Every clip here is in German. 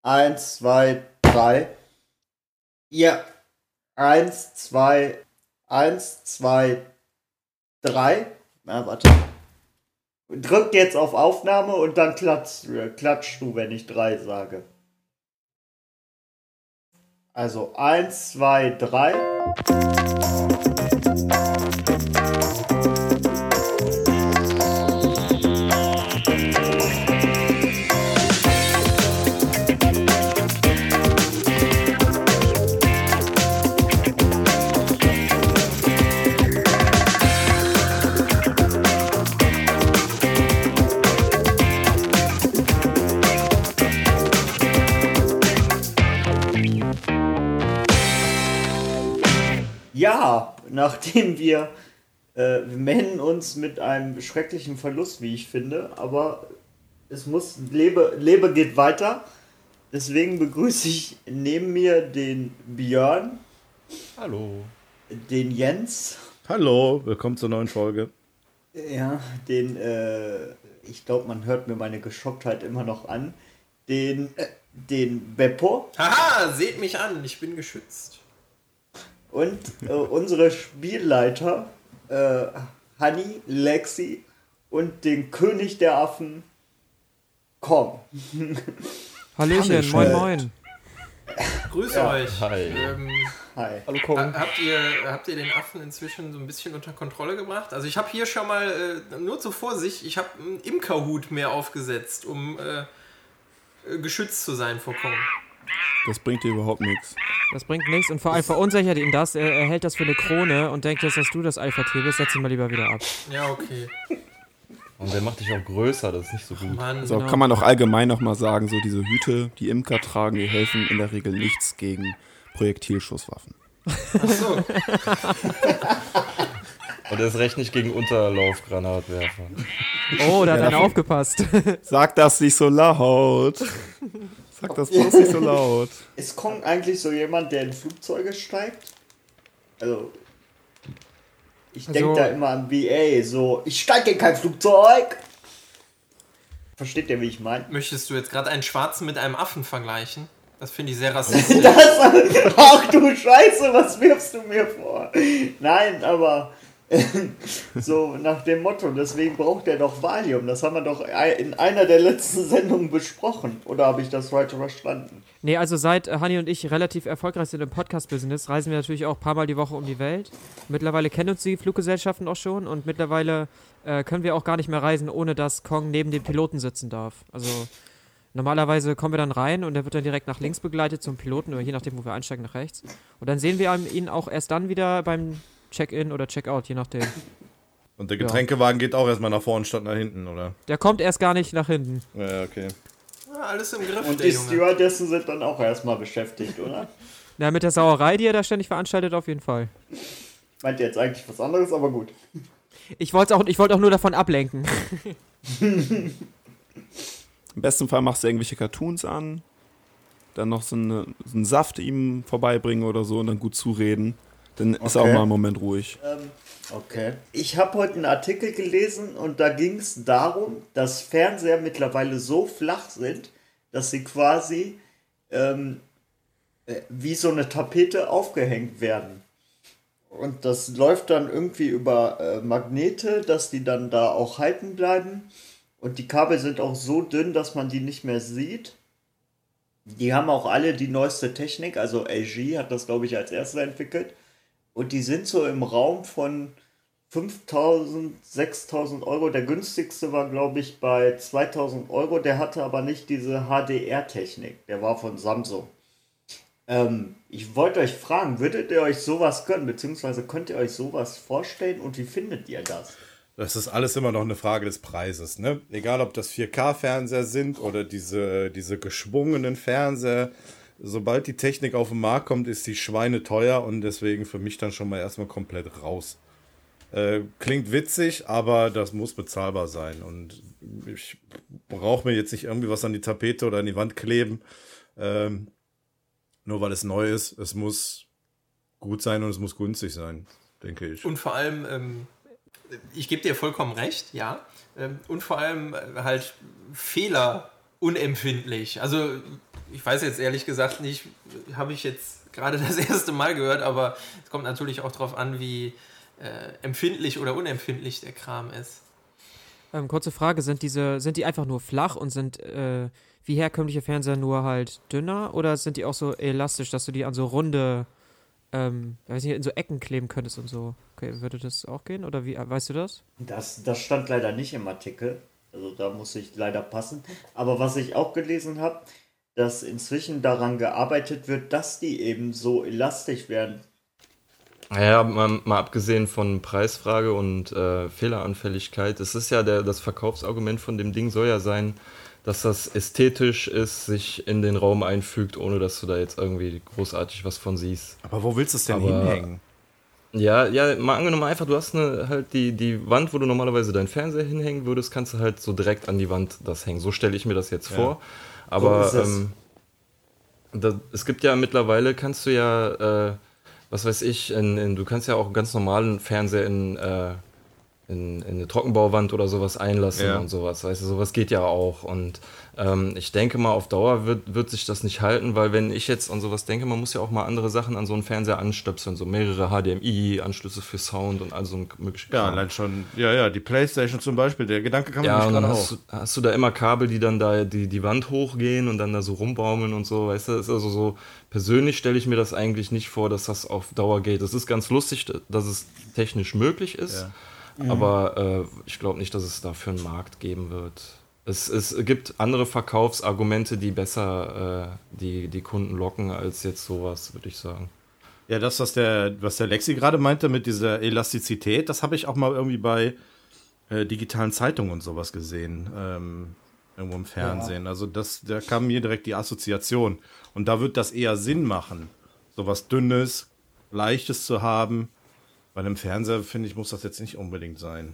1, 2, 3. Ja. 1, 2, 1, 2, 3. Na, warte. Drück jetzt auf Aufnahme und dann klatschst du, wenn ich 3 sage. Also 1, 2, 3. Ja, nachdem wir melden uns mit einem schrecklichen Verlust, wie ich finde, aber es muss, Lebe geht weiter. Deswegen begrüße ich neben mir den Björn. Hallo. Den Jens. Hallo, willkommen zur neuen Folge. Ja, ich glaube, man hört mir meine Geschocktheit immer noch an. Den Beppo. Haha, seht mich an, ich bin geschützt. Und unsere Spielleiter, Hanni, Lexi und den König der Affen, Kong. Hallöchen, moin moin. Grüß euch. Hi. Hi. Hallo Kong. Habt ihr den Affen inzwischen so ein bisschen unter Kontrolle gebracht? Also ich habe hier schon mal, nur zur Vorsicht, ich habe einen Imkerhut mehr aufgesetzt, um geschützt zu sein vor Kong. Das bringt dir überhaupt nichts. Das bringt nichts und vor allem verunsichert ihn das. Er hält das für eine Krone und denkt jetzt, dass du das Alpha-Tier bist. Setz ihn mal lieber wieder ab. Ja, okay. Und der macht dich auch größer, das ist nicht so gut. Mann, Also genau. kann man auch allgemein nochmal sagen, so diese Hüte, die Imker tragen, die helfen in der Regel nichts gegen Projektilschusswaffen. Ach so. Und erst recht nicht gegen Unterlaufgranatwerfer. Oh, da hat einer aufgepasst. Sag das nicht so laut. Sag das bloß nicht so laut. Ist Kong eigentlich so jemand, der in Flugzeuge steigt? Also, ich denke da immer an VA, so, ich steige in kein Flugzeug. Versteht ihr, wie ich meine? Möchtest du jetzt gerade einen Schwarzen mit einem Affen vergleichen? Das finde ich sehr rassistisch. Ach du Scheiße, was wirfst du mir vor? Nein, aber so nach dem Motto, deswegen braucht er doch Valium. Das haben wir doch in einer der letzten Sendungen besprochen. Oder habe ich das falsch verstanden? Nee, also seit Hanni und ich relativ erfolgreich sind im Podcast-Business, reisen wir natürlich auch ein paar Mal die Woche um die Welt. Mittlerweile kennen uns die Fluggesellschaften auch schon und mittlerweile können wir auch gar nicht mehr reisen, ohne dass Kong neben dem Piloten sitzen darf. Also normalerweise kommen wir dann rein und er wird dann direkt nach links begleitet zum Piloten oder je nachdem, wo wir einsteigen, nach rechts. Und dann sehen wir ihn auch erst dann wieder beim Check-in oder Check-out, je nachdem. Und der Getränkewagen geht auch erstmal nach vorne statt nach hinten, oder? Der kommt erst gar nicht nach hinten. Ja, okay. Ja, alles im Griff, Und der die Junge. Stewardessen sind dann auch erstmal beschäftigt, oder? Na, mit der Sauerei, die er da ständig veranstaltet, auf jeden Fall. Meint ihr jetzt eigentlich was anderes, aber gut. Ich wollte auch nur davon ablenken. Im besten Fall machst du irgendwelche Cartoons an, dann noch so einen Saft ihm vorbeibringen oder so und dann gut zureden. Dann ist auch mal ein Moment ruhig. Okay. Ich habe heute einen Artikel gelesen und da ging es darum, dass Fernseher mittlerweile so flach sind, dass sie quasi wie so eine Tapete aufgehängt werden. Und das läuft dann irgendwie über Magnete, dass die dann da auch halten bleiben. Und die Kabel sind auch so dünn, dass man die nicht mehr sieht. Die haben auch alle die neueste Technik, also LG hat das, glaube ich, als erstes entwickelt. Und die sind so im Raum von 5.000, 6.000 Euro. Der günstigste war, glaube ich, bei 2.000 Euro. Der hatte aber nicht diese HDR-Technik. Der war von Samsung. Ich wollte euch fragen, würdet ihr euch sowas gönnen? Beziehungsweise könnt ihr euch sowas vorstellen? Und wie findet ihr das? Das ist alles immer noch eine Frage des Preises, ne? Egal, ob das 4K-Fernseher sind oder diese geschwungenen Fernseher. Sobald die Technik auf den Markt kommt, ist die Schweine teuer und deswegen für mich dann schon mal erstmal komplett raus. Klingt witzig, aber das muss bezahlbar sein. Und ich brauche mir jetzt nicht irgendwie was an die Tapete oder an die Wand kleben. Nur weil es neu ist. Es muss gut sein und es muss günstig sein, denke ich. Und vor allem, ich gebe dir vollkommen recht, ja. Und vor allem halt fehlerunempfindlich. Also ich weiß jetzt ehrlich gesagt nicht, habe ich jetzt gerade das erste Mal gehört, aber es kommt natürlich auch darauf an, wie empfindlich oder unempfindlich der Kram ist. Kurze Frage, sind die einfach nur flach und sind wie herkömmliche Fernseher nur halt dünner oder sind die auch so elastisch, dass du die an so runde, weiß nicht, in so Ecken kleben könntest und so? Okay, würde das auch gehen oder wie, weißt du das? Das stand leider nicht im Artikel. Also da muss ich leider passen. Aber was ich auch gelesen habe, dass inzwischen daran gearbeitet wird, dass die eben so elastisch werden. Naja, mal abgesehen von Preisfrage und Fehleranfälligkeit, es ist ja das Verkaufsargument von dem Ding soll ja sein, dass das ästhetisch ist, sich in den Raum einfügt, ohne dass du da jetzt irgendwie großartig was von siehst. Aber wo willst du es denn Aber- hinhängen? Ja, mal angenommen einfach, du hast halt die Wand, wo du normalerweise deinen Fernseher hinhängen würdest, kannst du halt so direkt an die Wand das hängen. So stelle ich mir das jetzt vor. Aber So ist es. es gibt ja mittlerweile, kannst du ja, was weiß ich, du kannst ja auch einen ganz normalen Fernseher in eine Trockenbauwand oder sowas einlassen Ja. und sowas. Weißt du, sowas geht ja auch. Und ich denke mal, auf Dauer wird sich das nicht halten, weil wenn ich jetzt an sowas denke, man muss ja auch mal andere Sachen an so einen Fernseher anstöpseln, so mehrere HDMI-Anschlüsse für Sound und all so ein mögliche Ja, Kram. allein schon, die Playstation zum Beispiel, der Gedanke kann man Ja, nicht und dann gerade auch. hast du da immer Kabel, die dann da die Wand hochgehen und dann da so rumbaumeln und so, weißt du, das ist also so, persönlich stelle ich mir das eigentlich nicht vor, dass das auf Dauer geht. Es ist ganz lustig, dass es technisch möglich ist, aber ich glaube nicht, dass es dafür einen Markt geben wird. Es gibt andere Verkaufsargumente, die besser die Kunden locken als jetzt sowas, würde ich sagen. Ja, das, was der Lexi gerade meinte mit dieser Elastizität, das habe ich auch mal irgendwie bei digitalen Zeitungen und sowas gesehen, irgendwo im Fernsehen. Also da kam mir direkt die Assoziation. Und da wird das eher Sinn machen, sowas Dünnes, Leichtes zu haben. Bei einem Fernseher, finde ich, muss das jetzt nicht unbedingt sein.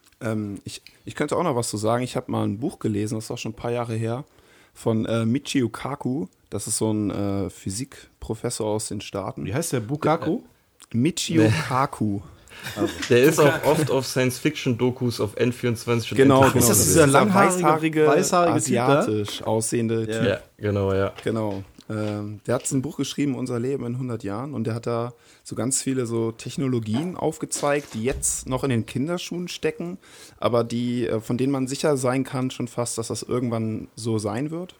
Ich könnte auch noch was zu sagen. Ich habe mal ein Buch gelesen, das ist auch schon ein paar Jahre her, von Michio Kaku. Das ist so ein Physikprofessor aus den Staaten. Wie heißt der? Bukaku? Michio Kaku. Der ist auch oft auf Science-Fiction-Dokus auf N24 und Genau, NTV genau. Ist das Das dieser ist langhaarige, weißhaarige Typ da? asiatisch aussehende Typ. Ja, genau, ja. Genau. Der hat ein Buch geschrieben, Unser Leben in 100 Jahren. Und der hat da so ganz viele so Technologien aufgezeigt, die jetzt noch in den Kinderschuhen stecken, aber von denen man sicher sein kann schon fast, dass das irgendwann so sein wird.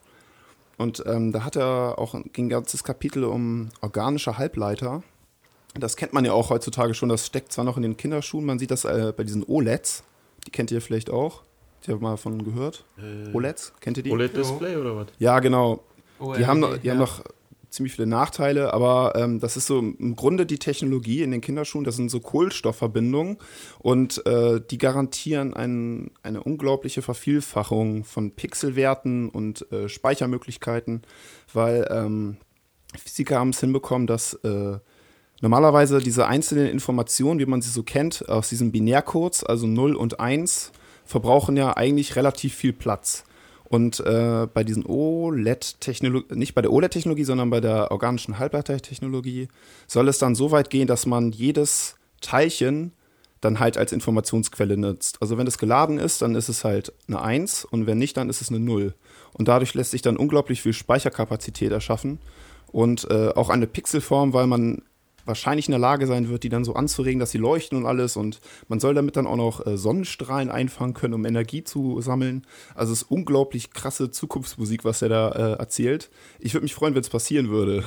Und da hat er auch ging ein ganzes Kapitel um organische Halbleiter. Das kennt man ja auch heutzutage schon. Das steckt zwar noch in den Kinderschuhen, man sieht das bei diesen OLEDs. Die kennt ihr vielleicht auch. Ich habe mal von gehört. OLEDs, kennt ihr die? OLED-Display oder was? Ja, genau. Die haben ja. noch ziemlich viele Nachteile, aber das ist so im Grunde die Technologie in den Kinderschuhen, das sind so Kohlenstoffverbindungen und die garantieren eine unglaubliche Vervielfachung von Pixelwerten und Speichermöglichkeiten, weil Physiker haben es hinbekommen, dass normalerweise diese einzelnen Informationen, wie man sie so kennt, aus diesen Binärcodes, also 0 und 1, verbrauchen ja eigentlich relativ viel Platz. Und bei diesen OLED-Technologie, nicht bei der OLED-Technologie, sondern bei der organischen Halbleitertechnologie, soll es dann so weit gehen, dass man jedes Teilchen dann halt als Informationsquelle nutzt. Also wenn es geladen ist, dann ist es halt eine 1 und wenn nicht, dann ist es eine 0. Und dadurch lässt sich dann unglaublich viel Speicherkapazität erschaffen und auch eine Pixelform, weil man wahrscheinlich in der Lage sein wird, die dann so anzuregen, dass sie leuchten und alles. Und man soll damit dann auch noch Sonnenstrahlen einfangen können, um Energie zu sammeln. Also es ist unglaublich krasse Zukunftsmusik, was er da erzählt. Ich würde mich freuen, wenn es passieren würde.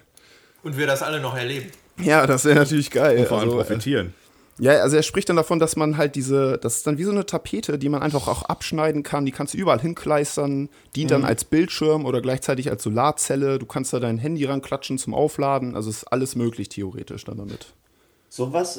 Und wir das alle noch erleben. Ja, das wäre natürlich geil. Und vor allem Also, profitieren. ja, also er spricht dann davon, dass man halt das ist dann wie so eine Tapete, die man einfach auch abschneiden kann, die kannst du überall hinkleistern, dient dann als Bildschirm oder gleichzeitig als Solarzelle, du kannst da dein Handy ranklatschen zum Aufladen, also ist alles möglich theoretisch dann damit. Sowas,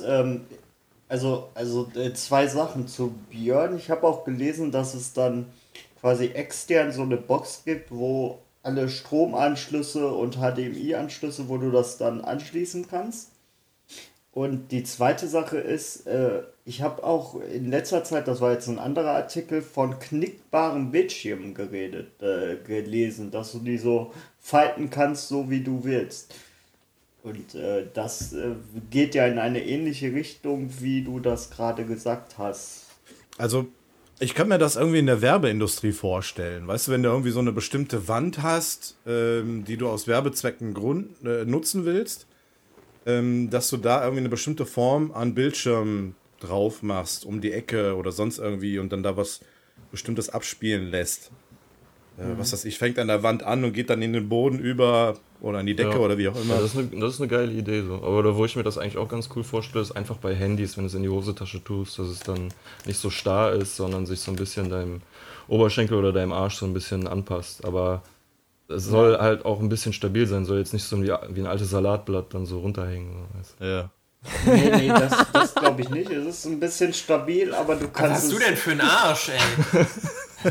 zwei Sachen zu Björn. Ich habe auch gelesen, dass es dann quasi extern so eine Box gibt, wo alle Stromanschlüsse und HDMI-Anschlüsse, wo du das dann anschließen kannst. Und die zweite Sache ist, ich habe auch in letzter Zeit, das war jetzt ein anderer Artikel, von knickbaren Bildschirmen gelesen, dass du die so falten kannst, so wie du willst. Und das geht ja in eine ähnliche Richtung, wie du das gerade gesagt hast. Also, Ich kann mir das irgendwie in der Werbeindustrie vorstellen. Weißt du, wenn du irgendwie so eine bestimmte Wand hast, die du aus Werbezwecken nutzen willst, dass du da irgendwie eine bestimmte Form an Bildschirm drauf machst, um die Ecke oder sonst irgendwie und dann da was Bestimmtes abspielen lässt. Was weiß ich, fängt an der Wand an und geht dann in den Boden über oder an die Decke oder wie auch immer. Ja, das ist eine geile Idee so. Aber da, wo ich mir das eigentlich auch ganz cool vorstelle, ist einfach bei Handys, wenn du es in die Hosentasche tust, dass es dann nicht so starr ist, sondern sich so ein bisschen deinem Oberschenkel oder deinem Arsch so ein bisschen anpasst. Aber es soll halt auch ein bisschen stabil sein, soll jetzt nicht so wie ein altes Salatblatt dann so runterhängen. So, Ja. Nee, das glaube ich nicht. Es ist ein bisschen stabil, aber du kannst. Was hast du denn für einen Arsch, ey?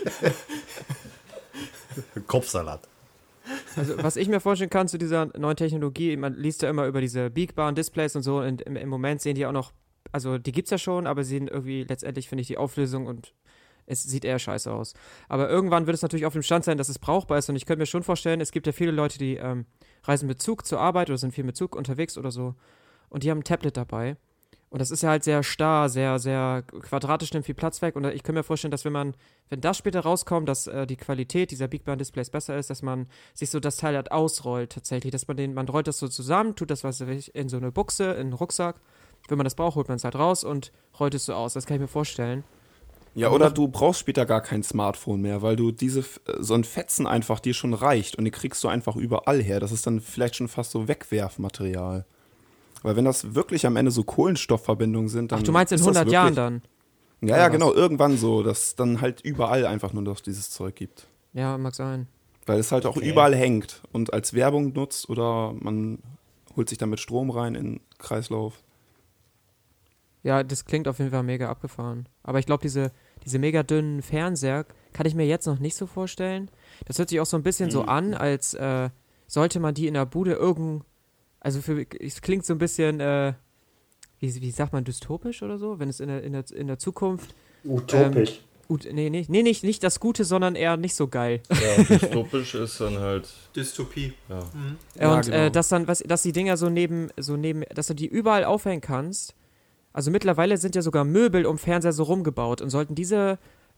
Kopfsalat. Also, was ich mir vorstellen kann zu dieser neuen Technologie, man liest ja immer über diese biegbaren Displays und so, und im Moment sehen die auch noch, also die gibt's ja schon, aber sehen irgendwie letztendlich, finde ich, die Auflösung und es sieht eher scheiße aus. Aber irgendwann wird es natürlich auf dem Stand sein, dass es brauchbar ist und ich könnte mir schon vorstellen, es gibt ja viele Leute, die reisen mit Zug zur Arbeit oder sind viel mit Zug unterwegs oder so und die haben ein Tablet dabei. Und das ist ja halt sehr starr, sehr, sehr quadratisch, nimmt viel Platz weg. Und ich kann mir vorstellen, dass wenn das später rauskommt, dass die Qualität dieser Big-Band-Displays besser ist, dass man sich so das Teil halt ausrollt tatsächlich. Dass man rollt das so zusammen, tut das was in so eine Buchse, in einen Rucksack. Wenn man das braucht, holt man es halt raus und rollt es so aus. Das kann ich mir vorstellen. Ja, oder du brauchst später gar kein Smartphone mehr, weil du so ein Fetzen einfach dir schon reicht und die kriegst du einfach überall her. Das ist dann vielleicht schon fast so Wegwerfmaterial. Weil wenn das wirklich am Ende so Kohlenstoffverbindungen sind, dann. Ach, du meinst in 100 Jahren dann? Ja, genau, irgendwann so, dass dann halt überall einfach nur noch dieses Zeug gibt. Ja, mag sein. Weil es halt auch überall hängt und als Werbung nutzt oder man holt sich damit Strom rein in den Kreislauf. Ja, das klingt auf jeden Fall mega abgefahren. Aber ich glaube, diese mega dünnen Fernseher kann ich mir jetzt noch nicht so vorstellen. Das hört sich auch so ein bisschen so an, als sollte man die in der Bude also es klingt so ein bisschen, wie sagt man, dystopisch oder so, wenn es in der Zukunft. Utopisch. Nicht das Gute, sondern eher nicht so geil. Ja, dystopisch ist dann halt Dystopie. Ja. Mhm. Und genau. dass die Dinger so neben, dass du die überall aufhängen kannst. Also mittlerweile sind ja sogar Möbel um Fernseher so rumgebaut und sollten diese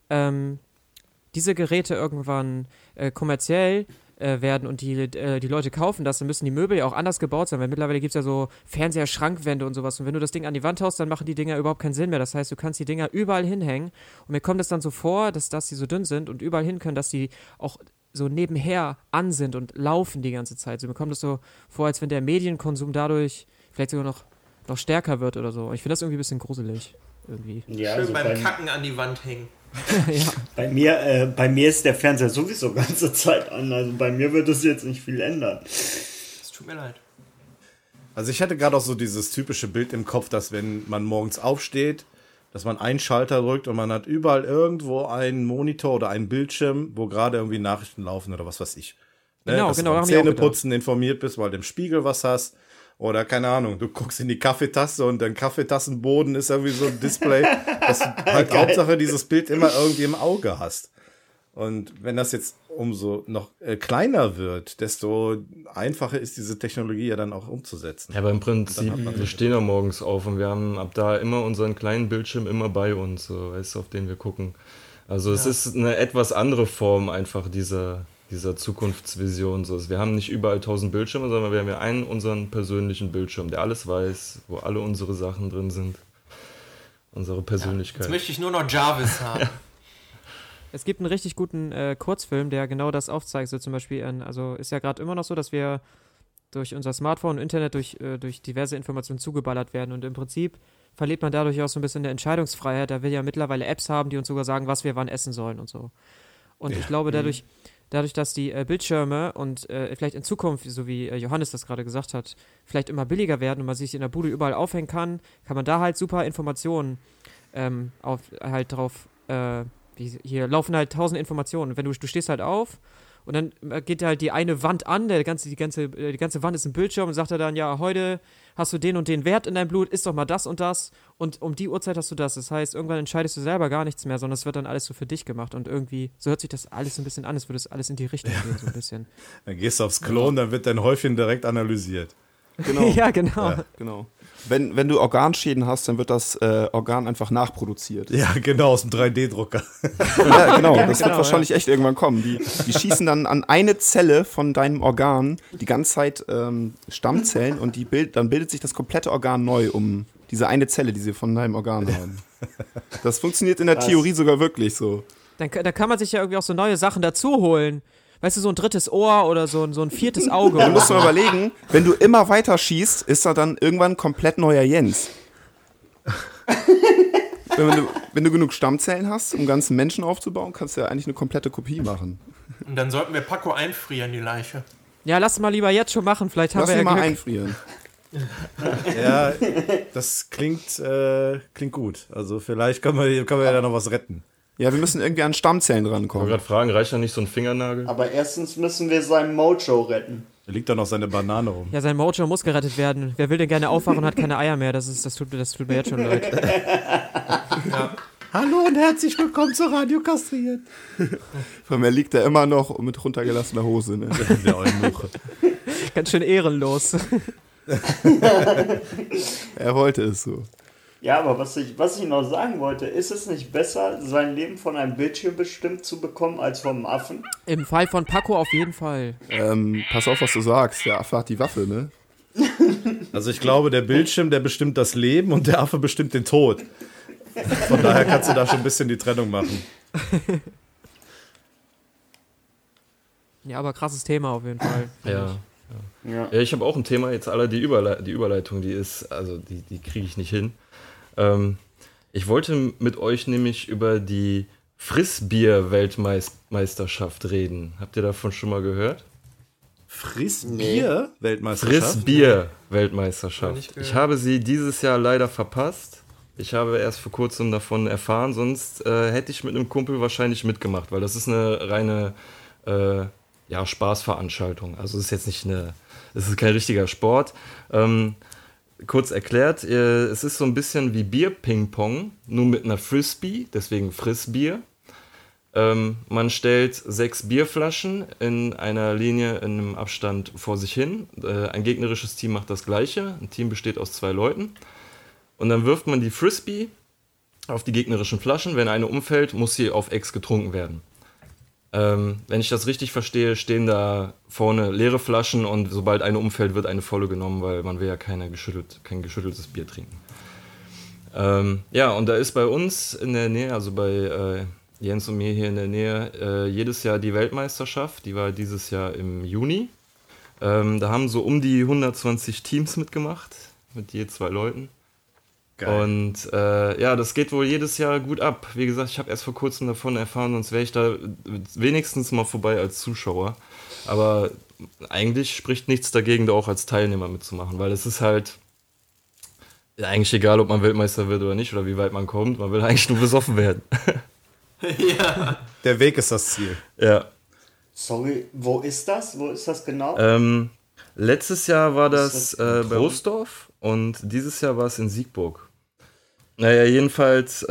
Geräte irgendwann kommerziell werden und die Leute kaufen das, dann müssen die Möbel ja auch anders gebaut sein, weil mittlerweile gibt es ja so Fernseher-Schrankwände und sowas und wenn du das Ding an die Wand haust, dann machen die Dinger überhaupt keinen Sinn mehr. Das heißt, du kannst die Dinger überall hinhängen und mir kommt es dann so vor, dass die so dünn sind und überall hin können, dass die auch so nebenher an sind und laufen die ganze Zeit. So, mir kommt es so vor, als wenn der Medienkonsum dadurch vielleicht sogar noch stärker wird oder so. Ich finde das irgendwie ein bisschen gruselig. Irgendwie. Ja, Schön also beim Kacken an die Wand hängen. Ja. bei mir ist der Fernseher sowieso ganze Zeit an. Also bei mir wird es jetzt nicht viel ändern. Es tut mir leid. Also ich hatte gerade auch so dieses typische Bild im Kopf, dass wenn man morgens aufsteht, dass man einen Schalter drückt und man hat überall irgendwo einen Monitor oder einen Bildschirm, wo gerade irgendwie Nachrichten laufen oder was weiß ich. Ne? Genau, dass genau. du beim Zähneputzen informiert bist, weil du im Spiegel was hast. Oder keine Ahnung, du guckst in die Kaffeetasse und dein Kaffeetassenboden ist irgendwie so ein Display, dass du halt Hauptsache dieses Bild immer irgendwie im Auge hast. Und wenn das jetzt umso noch kleiner wird, desto einfacher ist diese Technologie ja dann auch umzusetzen. Ja, aber im Prinzip, wir stehen ja morgens auf und wir haben ab da immer unseren kleinen Bildschirm immer bei uns, so, weißt du, auf den wir gucken. Also es ist eine etwas andere Form einfach dieser Zukunftsvision. So. Wir haben nicht überall 1000 Bildschirme, sondern wir haben ja unseren persönlichen Bildschirm, der alles weiß, wo alle unsere Sachen drin sind. Unsere Persönlichkeit. Jetzt möchte ich nur noch Jarvis haben. Es gibt einen richtig guten Kurzfilm, der genau das aufzeigt. So zum Beispiel, also ist ja gerade immer noch so, dass wir durch unser Smartphone und Internet durch diverse Informationen zugeballert werden und im Prinzip verliert man dadurch auch so ein bisschen eine Entscheidungsfreiheit. Da will ja mittlerweile Apps haben, die uns sogar sagen, was wir wann essen sollen und so. Und ich glaube, dadurch, dass die Bildschirme und vielleicht in Zukunft, so wie Johannes das gerade gesagt hat, vielleicht immer billiger werden und man sich in der Bude überall aufhängen kann man da halt super Informationen hier laufen halt 1000 Informationen. Und wenn du stehst halt auf und dann geht halt die eine Wand an, die ganze Wand ist ein Bildschirm und sagt er dann, ja, heute hast du den und den Wert in deinem Blut, isst doch mal das und das und um die Uhrzeit hast du das. Das heißt, irgendwann entscheidest du selber gar nichts mehr, sondern es wird dann alles so für dich gemacht und irgendwie, so hört sich das alles so ein bisschen an, es würde es alles in die Richtung gehen, so ein bisschen. Dann gehst du aufs Klo und dann wird dein Häufchen direkt analysiert. Genau. Ja, genau. Ja. Genau. Wenn du Organschäden hast, dann wird das Organ einfach nachproduziert. Ja, genau, aus dem 3D-Drucker. Ja, genau. Das genau, wird wahrscheinlich echt irgendwann kommen. Die schießen dann an eine Zelle von deinem Organ die ganze Zeit Stammzellen und dann bildet sich das komplette Organ neu um diese eine Zelle, die sie von deinem Organ haben. Das funktioniert in der Theorie sogar wirklich so. Da kann man sich ja irgendwie auch so neue Sachen dazu holen. Weißt du, so ein drittes Ohr oder so ein viertes Auge. Du musst mal überlegen, wenn du immer weiter schießt, ist er dann irgendwann ein komplett neuer Jens. Wenn du genug Stammzellen hast, um einen ganzen Menschen aufzubauen, kannst du ja eigentlich eine komplette Kopie machen. Und dann sollten wir Paco einfrieren, die Leiche. Ja, lass mal lieber jetzt schon machen. Vielleicht haben Lass wir ihn ja mal Glück. einfrieren. Ja, das klingt gut. Also vielleicht können wir ja da noch was retten. Ja, wir müssen irgendwie an Stammzellen Ich wollte rankommen. gerade fragen, reicht da nicht so ein Fingernagel? Aber erstens müssen wir seinen Mojo retten. Da liegt da noch seine Banane rum. Ja, sein Mojo muss gerettet werden. Wer will denn gerne aufwachen und hat keine Eier mehr? Das tut mir jetzt schon leid. Hallo und herzlich willkommen zu Radio Kastriert. Von mir liegt er immer noch mit runtergelassener Hose. Ne? Der Eunuche. Ganz schön ehrenlos. Er wollte es so. Ja, aber was ich noch sagen wollte, ist es nicht besser, sein Leben von einem Bildschirm bestimmt zu bekommen, als vom Affen? Im Fall von Paco auf jeden Fall. Pass auf, was du sagst. Der Affe hat die Waffe, ne? Also ich glaube, der Bildschirm, der bestimmt das Leben und der Affe bestimmt den Tod. Von daher kannst du da schon ein bisschen die Trennung machen. Ja, aber krasses Thema auf jeden Fall. Ja. Ja. Ja, ich habe auch ein Thema, jetzt alle die Überleitung, die kriege ich nicht hin. Ich wollte mit euch nämlich über die Frissbier-Weltmeisterschaft reden. Habt ihr davon schon mal gehört? Frissbier-Weltmeisterschaft? Frissbier-Weltmeisterschaft. Nicht gehört. Ich habe sie dieses Jahr leider verpasst. Ich habe erst vor kurzem davon erfahren, sonst hätte ich mit einem Kumpel wahrscheinlich mitgemacht, weil das ist eine reine Spaßveranstaltung. Also es ist jetzt nicht es ist kein richtiger Sport. Kurz erklärt, es ist so ein bisschen wie Bier-Ping-Pong, nur mit einer Frisbee, deswegen Frissbier. Man stellt 6 Bierflaschen in einer Linie in einem Abstand vor sich hin. Ein gegnerisches Team macht das Gleiche. Ein Team besteht aus 2 Leuten. Und dann wirft man die Frisbee auf die gegnerischen Flaschen. Wenn eine umfällt, muss sie auf Ex getrunken werden. Wenn ich das richtig verstehe, stehen da vorne leere Flaschen und sobald eine umfällt, wird eine volle genommen, weil man will ja kein geschütteltes Bier trinken. Und da ist bei uns in der Nähe, also bei Jens und mir hier in der Nähe, jedes Jahr die Weltmeisterschaft. Die war dieses Jahr im Juni. Da haben so um die 120 Teams mitgemacht, mit je 2 Leuten. Geil. Und das geht wohl jedes Jahr gut ab. Wie gesagt, ich habe erst vor kurzem davon erfahren, sonst wäre ich da wenigstens mal vorbei als Zuschauer. Aber eigentlich spricht nichts dagegen, da auch als Teilnehmer mitzumachen, weil es ist halt eigentlich egal, ob man Weltmeister wird oder nicht oder wie weit man kommt. Man will eigentlich nur besoffen werden. Ja. Der Weg ist das Ziel. Ja. Sorry, wo ist das? Wo ist das genau? Letztes Jahr war das Ist das bei Rostorf und dieses Jahr war es in Siegburg. Naja, jedenfalls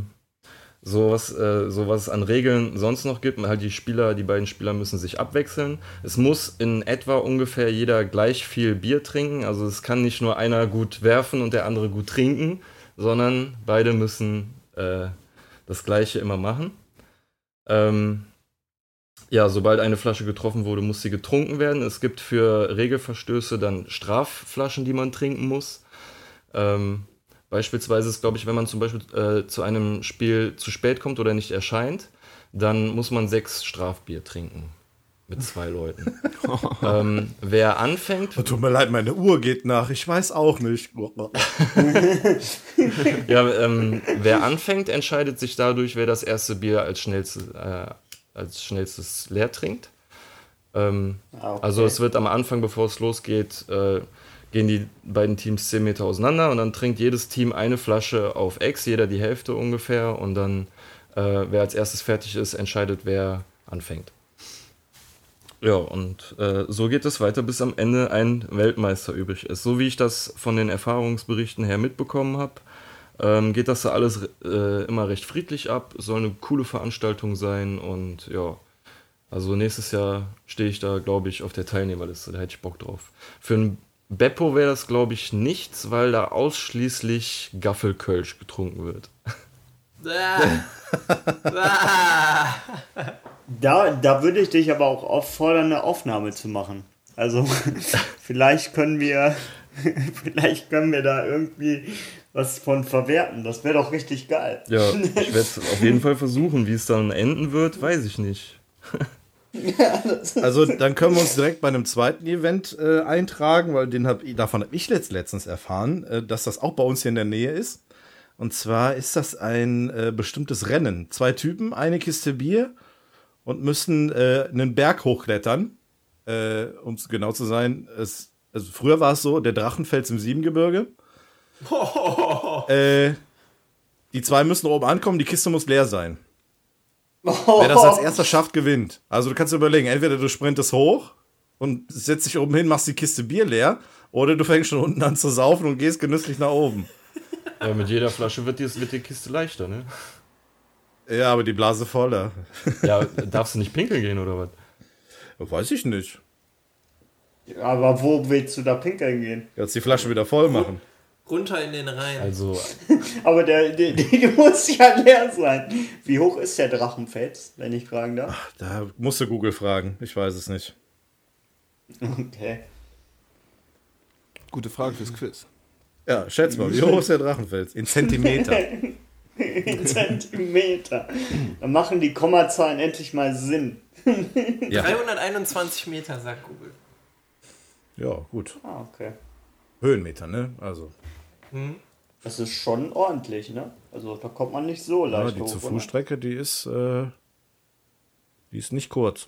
so was es an Regeln sonst noch gibt. Halt die beiden Spieler müssen sich abwechseln. Es muss in etwa ungefähr jeder gleich viel Bier trinken. Also es kann nicht nur einer gut werfen und der andere gut trinken, sondern beide müssen das Gleiche immer machen. Sobald eine Flasche getroffen wurde, muss sie getrunken werden. Es gibt für Regelverstöße dann Strafflaschen, die man trinken muss. Beispielsweise ist, glaube ich, wenn man zum Beispiel zu einem Spiel zu spät kommt oder nicht erscheint, dann muss man 6 Strafbier trinken. Mit 2 Leuten. Wer anfängt... Tut mir leid, meine Uhr geht nach. Ich weiß auch nicht. Wer anfängt, entscheidet sich dadurch, wer das erste Bier als schnellstes leer trinkt. Okay. Also es wird am Anfang, bevor es losgeht, gehen die beiden Teams 10 Meter auseinander und dann trinkt jedes Team eine Flasche auf Ex, jeder die Hälfte ungefähr und dann, wer als erstes fertig ist, entscheidet, wer anfängt. Ja, und so geht es weiter, bis am Ende ein Weltmeister übrig ist. So wie ich das von den Erfahrungsberichten her mitbekommen habe, geht das da alles immer recht friedlich ab. Es soll eine coole Veranstaltung sein und ja, also nächstes Jahr stehe ich da, glaube ich, auf der Teilnehmerliste. Da hätte ich Bock drauf. Für ein Beppo wäre das, glaube ich, nichts, weil da ausschließlich Gaffelkölsch getrunken wird. Da würde ich dich aber auch auffordern, eine Aufnahme zu machen. Also vielleicht können wir da irgendwie was von verwerten. Das wäre doch richtig geil. Ja, ich werde es auf jeden Fall versuchen. Wie es dann enden wird, weiß ich nicht. Also dann können wir uns direkt bei einem zweiten Event eintragen, weil davon habe ich letztens erfahren, dass das auch bei uns hier in der Nähe ist. Und zwar ist das ein bestimmtes Rennen. 2 Typen, eine Kiste Bier und müssen einen Berg hochklettern. Um es genau zu sein, also früher war es so, der Drachenfels im Siebengebirge. Die 2 müssen oben ankommen, die Kiste muss leer sein. Wer das als erster schafft, gewinnt. Also du kannst dir überlegen, entweder du sprintest hoch und setzt dich oben hin, machst die Kiste Bier leer, oder du fängst schon unten an zu saufen und gehst genüsslich nach oben. Ja, mit jeder Flasche wird die Kiste leichter, ne? Ja, aber die Blase voller. Ja, darfst du nicht pinkeln gehen, oder was? Weiß ich nicht. Aber wo willst du da pinkeln gehen? Jetzt die Flasche wieder voll machen. Runter in den Rhein. Also, Aber die muss ja leer sein. Wie hoch ist der Drachenfels, wenn ich fragen darf? Da musst du Google fragen. Ich weiß es nicht. Okay. Gute Frage fürs Quiz. Ja, schätz mal, wie hoch ist der Drachenfels? In Zentimeter. Zentimeter. Dann machen die Kommazahlen endlich mal Sinn. Ja. 321 Meter, sagt Google. Ja, gut. Ah, okay. Höhenmeter, ne? Also. Das ist schon ordentlich, ne? Also da kommt man nicht so Ja, leicht die hoch. Zu-Fuß-Strecke, die ist nicht kurz.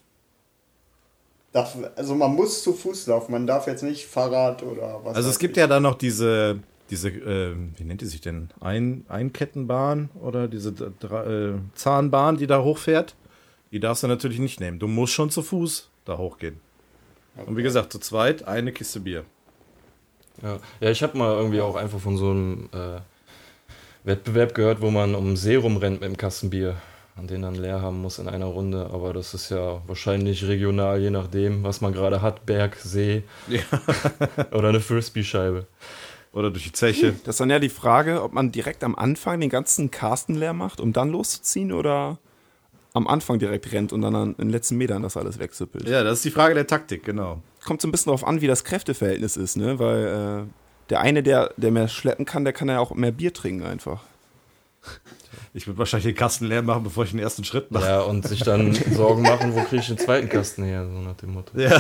Also man muss zu Fuß laufen, man darf jetzt nicht Fahrrad oder was. Also es gibt ja dann noch diese wie nennt die sich denn? Einkettenbahn oder diese Zahnbahn, die da hochfährt. Die darfst du natürlich nicht nehmen. Du musst schon zu Fuß da hochgehen. Okay. Und wie gesagt, zu zweit eine Kiste Bier. ja, ich habe mal irgendwie auch einfach von so einem Wettbewerb gehört, wo man um den See rumrennt mit dem Kasten Bier und den dann leer haben muss in einer Runde. Aber das ist ja wahrscheinlich regional, je nachdem, was man gerade hat. Berg, See oder eine Frisbee-Scheibe. Oder durch die Zeche. Das ist dann ja die Frage, ob man direkt am Anfang den ganzen Kasten leer macht, um dann loszuziehen, oder am Anfang direkt rennt und dann in den letzten Metern das alles wegsippelt. Ja, das ist die Frage der Taktik, genau. Kommt so ein bisschen darauf an, wie das Kräfteverhältnis ist, ne? Weil der eine, der mehr schleppen kann, der kann ja auch mehr Bier trinken einfach. Ich würde wahrscheinlich den Kasten leer machen, bevor ich den ersten Schritt mache. Ja, und sich dann Sorgen machen, wo kriege ich den zweiten Kasten her, so nach dem Motto. Ja.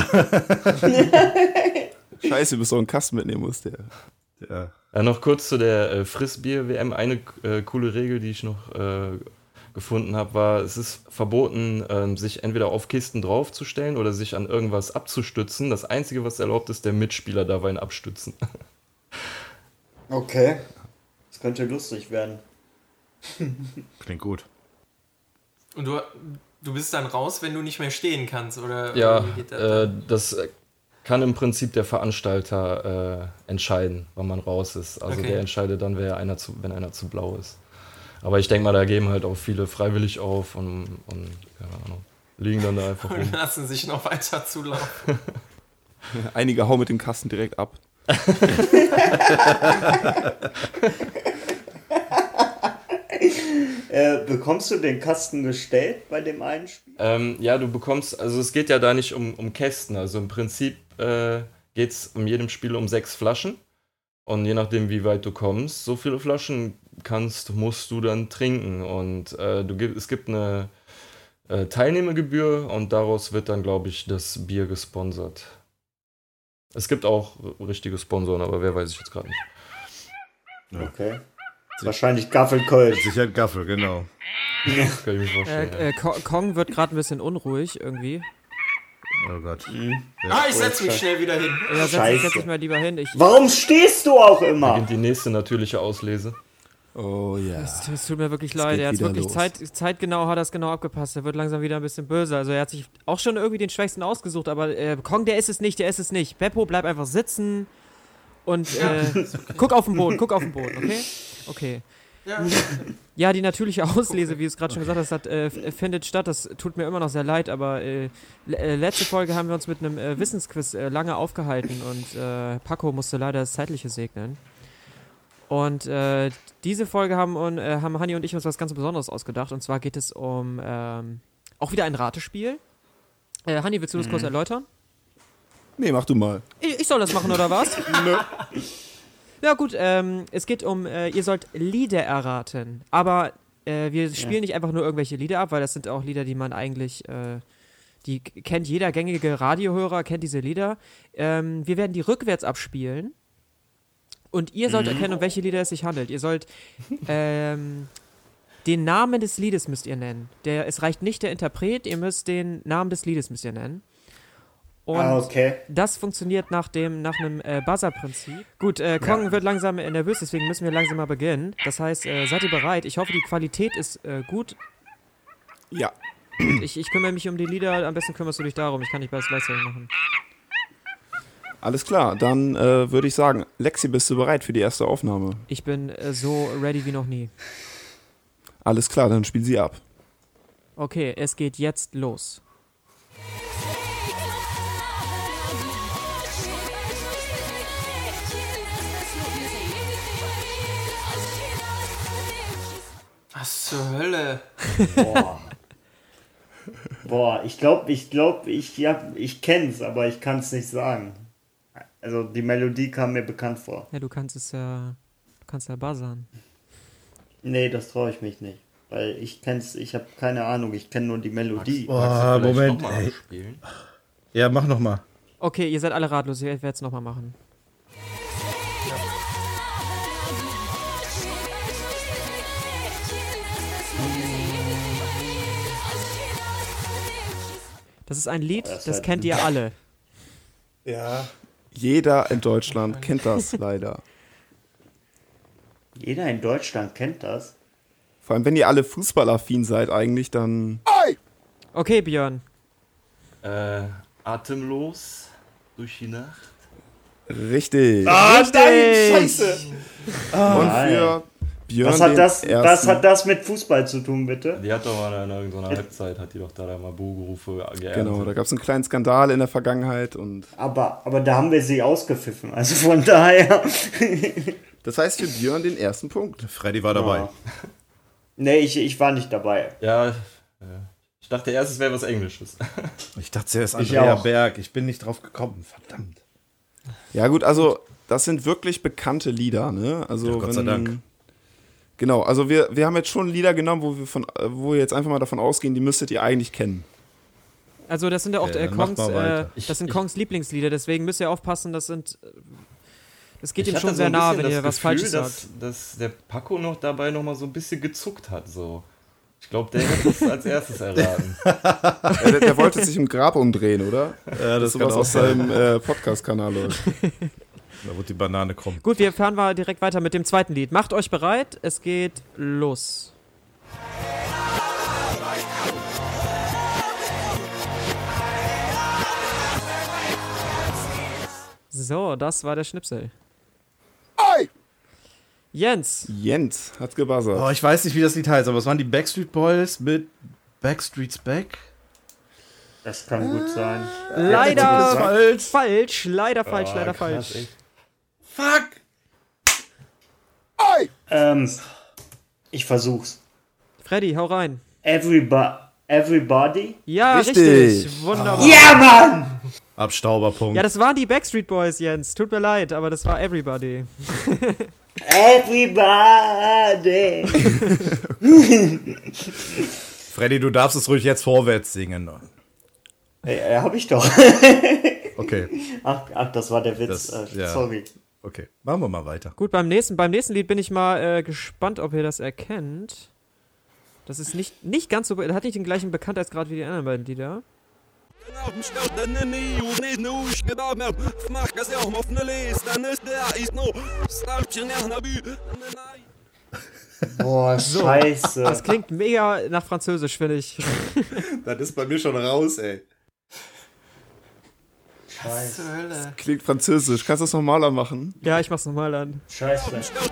Scheiße, bis du einen Kasten mitnehmen musst, der. Ja. Ja, noch kurz zu der Frissbier-WM. Eine coole Regel, die ich noch gefunden habe, war, es ist verboten, sich entweder auf Kisten draufzustellen oder sich an irgendwas abzustützen. Das Einzige, was erlaubt ist, der Mitspieler darf einen abstützen. Okay. Das könnte lustig werden. Klingt gut. Und du bist dann raus, wenn du nicht mehr stehen kannst, oder? Ja, wie geht das? das kann im Prinzip der Veranstalter entscheiden, wann man raus ist. Also Okay. der entscheidet dann, wenn einer zu blau ist. Aber ich denke mal, da geben halt auch viele freiwillig auf und keine Ahnung, liegen dann da einfach rum. Und lassen sich noch weiter zulaufen. Einige hauen mit dem Kasten direkt ab. Bekommst du den Kasten gestellt bei dem einen Spiel? Ja, du bekommst, also es geht ja da nicht um Kästen. Also im Prinzip geht es in jedem Spiel um 6 Flaschen. Und je nachdem, wie weit du kommst, so viele Flaschen musst du dann trinken. Und es gibt eine Teilnehmergebühr und daraus wird dann, glaube ich, das Bier gesponsert. Es gibt auch richtige Sponsoren, aber wer weiß ich jetzt gerade nicht. Ja. Okay. Wahrscheinlich Gaffelkölsch. Sicher Gaffel, genau. Kann ich mir vorstellen. Kong wird gerade ein bisschen unruhig irgendwie. Oh Gott. Ich setze mich schnell wieder hin. Ja, Scheiße. setz dich mal lieber hin. Warum stehst du auch immer? Beginnt die nächste natürliche Auslese. Oh ja. Es tut mir wirklich Es leid. geht Er hat wieder wirklich los. zeitgenau hat das genau abgepasst. Er wird langsam wieder ein bisschen böse. Also er hat sich auch schon irgendwie den Schwächsten ausgesucht, aber Kong, der ist es nicht. Beppo, bleib einfach sitzen und guck auf den Boden, okay? Okay. Ja. Ja, die natürliche Auslese, wie du es gerade schon gesagt hast, findet statt. Das tut mir immer noch sehr leid, aber letzte Folge haben wir uns mit einem Wissensquiz lange aufgehalten und Paco musste leider das Zeitliche segnen. Und diese Folge haben Hanni und ich uns was ganz Besonderes ausgedacht. Und zwar geht es um auch wieder ein Ratespiel. Hanni, willst du das kurz erläutern? Nee, mach du mal. Ich soll das machen, oder was? Nö. Ja gut, es geht um, ihr sollt Lieder erraten. Aber wir spielen nicht einfach nur irgendwelche Lieder ab, weil das sind auch Lieder, die man eigentlich, die kennt jeder gängige Radiohörer, kennt diese Lieder. Wir werden die rückwärts abspielen. Und ihr sollt erkennen, um welche Lieder es sich handelt. Ihr sollt den Namen des Liedes müsst ihr nennen. Es reicht nicht der Interpret, ihr müsst den Namen des Liedes müsst ihr nennen. Und das funktioniert nach einem Buzzer-Prinzip. Gut, Kong wird langsam nervös, deswegen müssen wir langsam mal beginnen. Das heißt, seid ihr bereit? Ich hoffe, die Qualität ist gut. Ja. Ich kümmere mich um die Lieder, am besten kümmerst du dich darum. Ich kann nicht beides gleichzeitig machen. Alles klar, dann würde ich sagen, Lexi, bist du bereit für die erste Aufnahme? Ich bin so ready wie noch nie. Alles klar, dann spiel sie ab. Okay, es geht jetzt los. Was zur Hölle? Boah, ich glaube, ich kenn's, aber ich kann's nicht sagen. Also die Melodie kam mir bekannt vor. Ja, du kannst ja buzzern. Nee, das traue ich mich nicht. Weil ich habe keine Ahnung, ich kenne nur die Melodie. Boah, Moment. Ey. Ja, mach nochmal. Okay, ihr seid alle ratlos, ich werde es nochmal machen. Das ist ein Lied, das kennt ihr alle. Ja. Jeder in Deutschland kennt das leider. Jeder in Deutschland kennt das? Vor allem, wenn ihr alle fußballaffin seid eigentlich, dann... Okay, Björn. Atemlos durch die Nacht. Richtig. Richtig! Nein, scheiße! Und für Björn was hat das mit Fußball zu tun, bitte? Die hat doch mal in irgendeiner Halbzeit, hat die doch da mal Buhgerufe geerntet. Genau, da gab es einen kleinen Skandal in der Vergangenheit. Aber da haben wir sie ausgepfiffen, also von daher... Das heißt für Björn den ersten Punkt. Freddy war dabei. Ja. Nee, ich war nicht dabei. Ja, ich dachte erst, es wäre was Englisches. Ich dachte zuerst Andrea Berg. Ich bin nicht drauf gekommen, verdammt. Ja gut, also das sind wirklich bekannte Lieder, ne? Also ja, Gott sei Dank. Genau, also wir haben jetzt schon Lieder genommen, wo wir jetzt einfach mal davon ausgehen, die müsstet ihr eigentlich kennen. Also das sind ja auch Kongs Lieblingslieder, deswegen müsst ihr aufpassen, das geht ihm schon sehr nah, wenn ihr was Falsches sagt. Dass der Paco noch dabei noch mal so ein bisschen gezuckt hat, so. Ich glaube, der hat das als erstes erraten. der wollte sich im Grab umdrehen, oder? Ja, das sowas kann auch aus seinem Podcast-Kanal läuft. Da wird die Banane kommen. Gut, wir fahren mal direkt weiter mit dem zweiten Lied. Macht euch bereit, es geht los. So, das war der Schnipsel. Ei! Jens hat gebuzzert. Oh, ich weiß nicht, wie das Lied heißt, aber es waren die Backstreet Boys mit Backstreet's Back. Das kann gut sein. Leider falsch. Leider falsch. Echt. Fuck! Ich versuch's. Freddy, hau rein. Everybody? Ja, Richtig. Wunderbar. Ja, Mann! Abstauberpunkt. Ja, das waren die Backstreet Boys, Jens. Tut mir leid, aber das war Everybody. Everybody! Freddy, du darfst es ruhig jetzt vorwärts singen. Hab ich doch. Okay. Ach, das war der Witz. Sorry. Okay, machen wir mal weiter. Gut, beim nächsten Lied bin ich mal gespannt, ob ihr das erkennt. Das ist nicht ganz so... Das hat nicht den gleichen Bekanntheitsgrad wie die anderen beiden Lieder. Boah, scheiße. Das klingt mega nach Französisch, finde ich. Das ist bei mir schon raus, ey. Was zur Hölle? Klingt französisch. Kannst du das normaler machen? Ja, ich mach's nochmal an. Scheiße.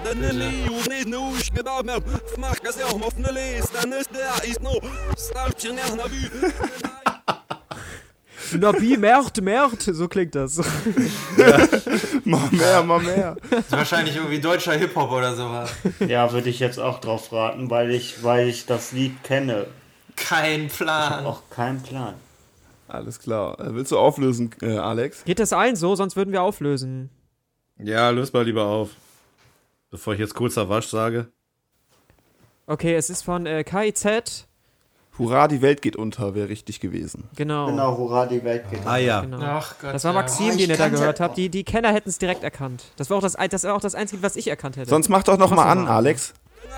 Nabi, Mert, so klingt das. Mal mehr. Das ist wahrscheinlich irgendwie deutscher Hip-Hop oder sowas. Ja, würde ich jetzt auch drauf raten, weil ich das Lied kenne. Kein Plan. Auch keinen Plan. Alles klar. Willst du auflösen, Alex? Geht das allen so, sonst würden wir auflösen. Ja, löst mal lieber auf. Bevor ich jetzt kurzer Wasch sage. Okay, es ist von KIZ. Hurra, die Welt geht unter, wäre richtig gewesen. Genau. Genau, hurra, die Welt geht. Ah ja. Genau. Ach Gott. Das war ja. Maxim, Oh, den ihr da kannte- gehört habt. Die Kenner hätten es direkt erkannt. Das war auch das Einzige, was ich erkannt hätte. Sonst mach doch noch mal an, Alex.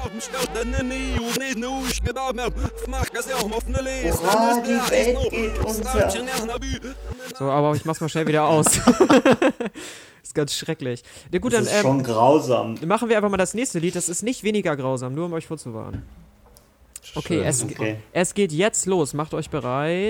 Hurra, die Welt geht unter. So, aber ich mach's mal schnell wieder aus. Ist ganz schrecklich. Ja, gut, Das dann ist schon grausam. machen wir einfach mal das nächste Lied. Das ist nicht weniger grausam, nur um euch vorzuwarnen. Okay, Okay. es geht jetzt los. Macht euch bereit.